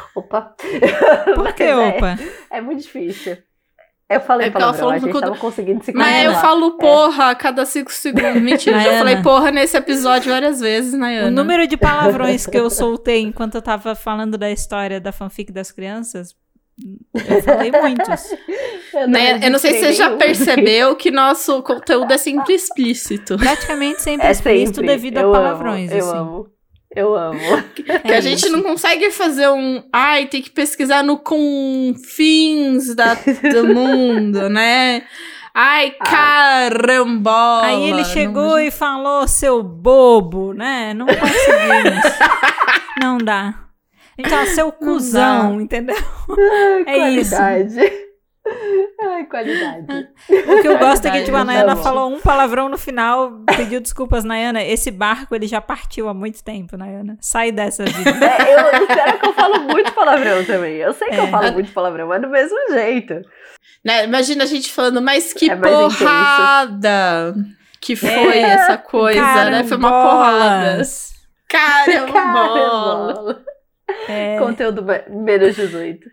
Por que, Mas opa? É muito difícil. Eu falei É porque ela palavrão, falou a gente no cu do- tava conseguindo se Mas eu controlar. falo porra a cada 5 segundos. Mentira, eu já Nayana. falei porra nesse episódio várias vezes, Nayana. O número de palavrões que eu soltei enquanto eu tava falando da história da fanfic das crianças Eu falei muitos. Eu não sei se você já percebeu que nosso conteúdo é sempre explícito. Praticamente sempre explícito devido a palavrões. Eu amo. Que a gente não consegue fazer tem que pesquisar no confins do mundo, né? Carambola. Aí ele chegou e falou, seu bobo, né? Não conseguimos. Não dá. Então, seu cuzão, entendeu? Qualidade. Ai, qualidade. O que eu gosto é que tipo, a Nayana falou um palavrão no final, pediu desculpas, Nayana. Esse barco, ele já partiu há muito tempo, Nayana. Sai dessa vida. Sério que eu falo muito palavrão também. Eu sei que eu falo muito palavrão, mas do mesmo jeito. Né? Imagina a gente falando, mas que porrada que foi essa coisa, né? Foi uma porrada. Carambola. Conteúdo menos 18.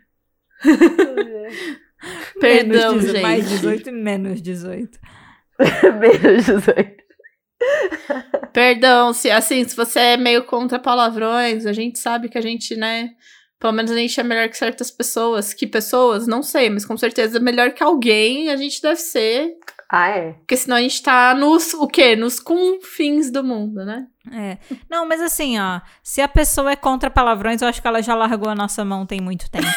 Perdão, menos gente. Mais 18 e menos 18. Menos 18. Perdão, se você é meio contra palavrões, a gente sabe que a gente, né? Pelo menos a gente é melhor que certas pessoas. Que pessoas? Não sei, mas com certeza melhor que alguém a gente deve ser. Porque senão a gente tá nos confins do mundo, né? Não, mas assim, ó, se a pessoa é contra palavrões, eu acho que ela já largou a nossa mão tem muito tempo.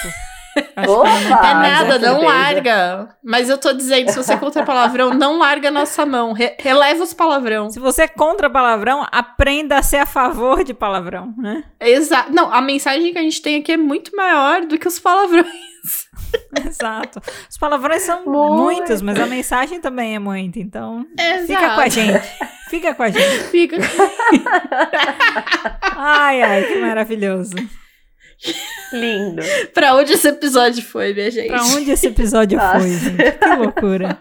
Não larga. Mas eu tô dizendo, se você é contra palavrão, não larga a nossa mão. Releva os palavrão. Se você é contra palavrão, aprenda a ser a favor de palavrão, né? Exato. Não, a mensagem que a gente tem aqui é muito maior do que os palavrões. Exato. Os palavrões são muitos, mas a mensagem também é muita. Então, fica com a gente. Fica com a gente. Ai, que maravilhoso. Lindo. Pra onde esse episódio foi, minha gente? Pra onde esse episódio foi, gente? Que loucura.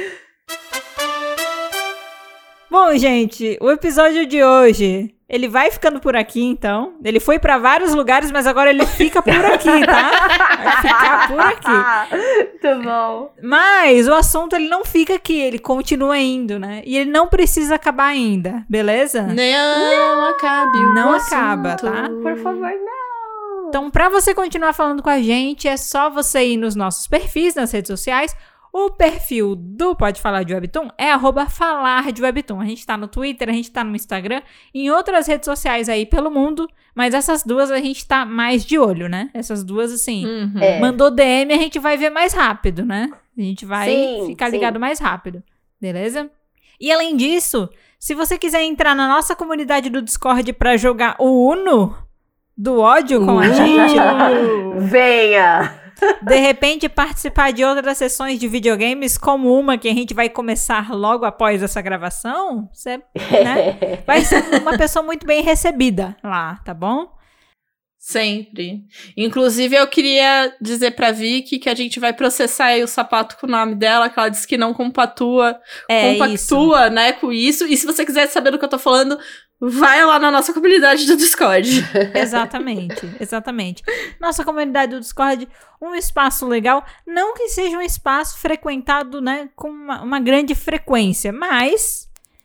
Bom, gente, o episódio de hoje, ele vai ficando por aqui, então. Ele foi pra vários lugares, mas agora ele fica por aqui, tá? Vai ficar por aqui. Muito bom. Mas o assunto, ele não fica aqui, ele continua indo, né? E ele não precisa acabar ainda, beleza? Não acabe o Não assunto. acaba, tá? Por favor, não. Então, pra você continuar falando com a gente, é só você ir nos nossos perfis nas redes sociais. O perfil do Pode Falar de Webtoon é @falardewebtoon. A gente tá no Twitter, a gente tá no Instagram, em outras redes sociais aí pelo mundo, mas essas duas a gente tá mais de olho, né? Essas duas, assim, mandou DM, a gente vai ver mais rápido, né? A gente vai ficar ligado mais rápido, beleza? E além disso, se você quiser entrar na nossa comunidade do Discord pra jogar o Uno do ódio com a gente, venha! De repente participar de outras sessões de videogames, como uma que a gente vai começar logo após essa gravação, você, né, vai ser uma pessoa muito bem recebida lá, tá bom? Sempre. Inclusive, eu queria dizer pra Vicky que a gente vai processar aí o sapato com o nome dela, que ela disse que não compactua, né, com isso. E se você quiser saber do que eu tô falando, vai lá na nossa comunidade do Discord. Exatamente. Nossa comunidade do Discord, um espaço legal, não que seja um espaço frequentado, né, com uma grande frequência, mas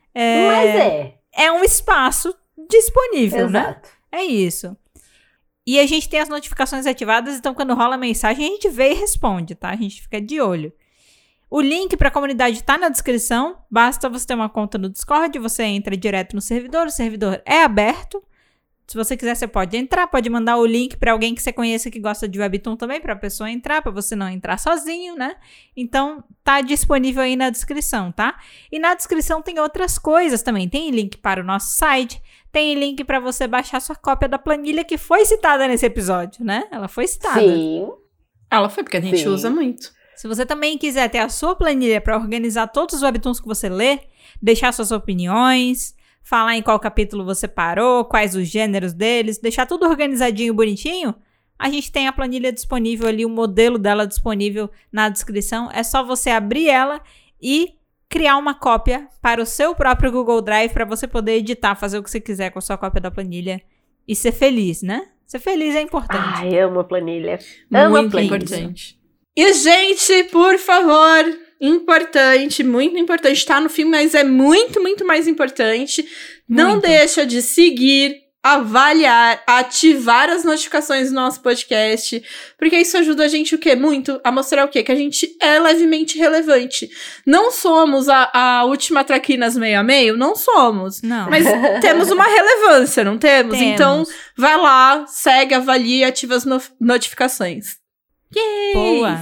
é um espaço disponível, né? É isso. E a gente tem as notificações ativadas, então quando rola a mensagem, a gente vê e responde, tá? A gente fica de olho. O link para a comunidade tá na descrição, basta você ter uma conta no Discord, você entra direto no servidor, o servidor é aberto. Se você quiser, você pode entrar, pode mandar o link para alguém que você conheça que gosta de Webtoon também, para a pessoa entrar, para você não entrar sozinho, né? Então, tá disponível aí na descrição, tá? E na descrição tem outras coisas também, tem link para o nosso site, tem link para você baixar sua cópia da planilha que foi citada nesse episódio, né? Ela foi citada. Sim. Ela foi, porque a gente usa muito. Se você também quiser ter a sua planilha para organizar todos os webtoons que você lê, deixar suas opiniões, falar em qual capítulo você parou, quais os gêneros deles, deixar tudo organizadinho, bonitinho, a gente tem a planilha disponível ali, o modelo dela disponível na descrição. É só você abrir ela e criar uma cópia para o seu próprio Google Drive para você poder editar, fazer o que você quiser com a sua cópia da planilha e ser feliz, né? Ser feliz é importante. Ai, amo a planilha. Muito importante. E, gente, por favor, importante, muito importante, tá no filme, mas é muito, muito mais importante. Não deixa de seguir avaliar, ativar as notificações do nosso podcast, porque isso ajuda a gente o quê? Muito a mostrar o quê? Que a gente é levemente relevante. Não somos a última traquinas meio a meio, não somos. Não. Mas temos uma relevância, não temos? Então, vai lá, segue, avalie e ativa as notificações. Yay! Boa.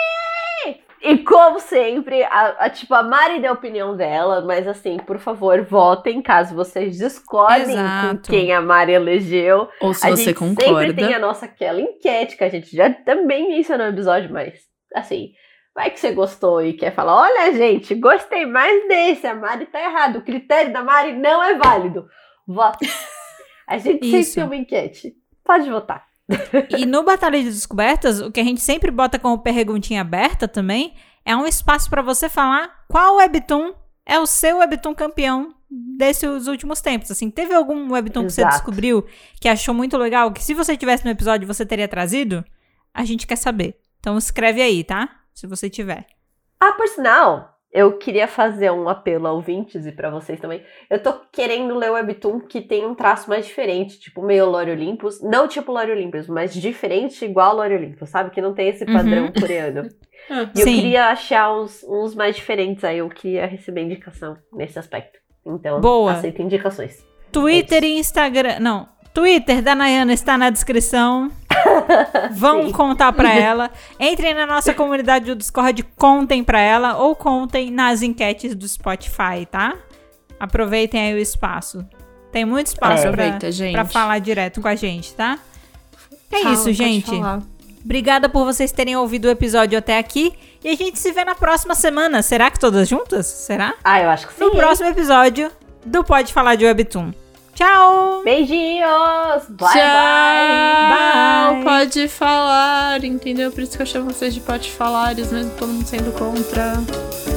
E como sempre, a Mari deu a opinião dela, mas assim, por favor, votem caso vocês discordem com quem a Mari elegeu. Ou se você concorda. Sempre tem a nossa aquela enquete, que a gente já também mencionou no episódio, mas assim, vai que você gostou e quer falar, olha gente, gostei mais desse, a Mari tá errada, o critério da Mari não é válido. Vota. A gente sempre tem uma enquete. Pode votar. E no Batalha de Descobertas, o que a gente sempre bota como perguntinha aberta também é um espaço para você falar qual webtoon é o seu webtoon campeão desses últimos tempos. Assim, teve algum webtoon que você descobriu que achou muito legal, que se você tivesse no episódio você teria trazido? A gente quer saber. Então escreve aí, tá? Se você tiver. Ah, por sinal, eu queria fazer um apelo a ouvintes e pra vocês também. Eu tô querendo ler o webtoon que tem um traço mais diferente, tipo meio Lore Olympus. Não tipo Lore Olympus, mas diferente igual Lore Olympus, sabe? Que não tem esse padrão coreano. E eu queria achar uns mais diferentes aí. Eu queria receber indicação nesse aspecto. Então, aceito indicações. Twitter e Instagram... Não, Twitter da Nayana está na descrição. Vão contar pra ela. Entrem na nossa comunidade do Discord, contem pra ela ou contem nas enquetes do Spotify, tá? Aproveitem aí o espaço. Tem muito espaço pra falar direto com a gente, tá? Isso, gente. Obrigada por vocês terem ouvido o episódio até aqui. E a gente se vê na próxima semana. Será que todas juntas? Será? Ah, eu acho que sim. No próximo episódio do Pode Falar de Webtoon. Tchau! Beijinhos! Bye, bye! Pode falar, entendeu? Por isso que eu chamo vocês de pode falares, mesmo todo mundo sendo contra.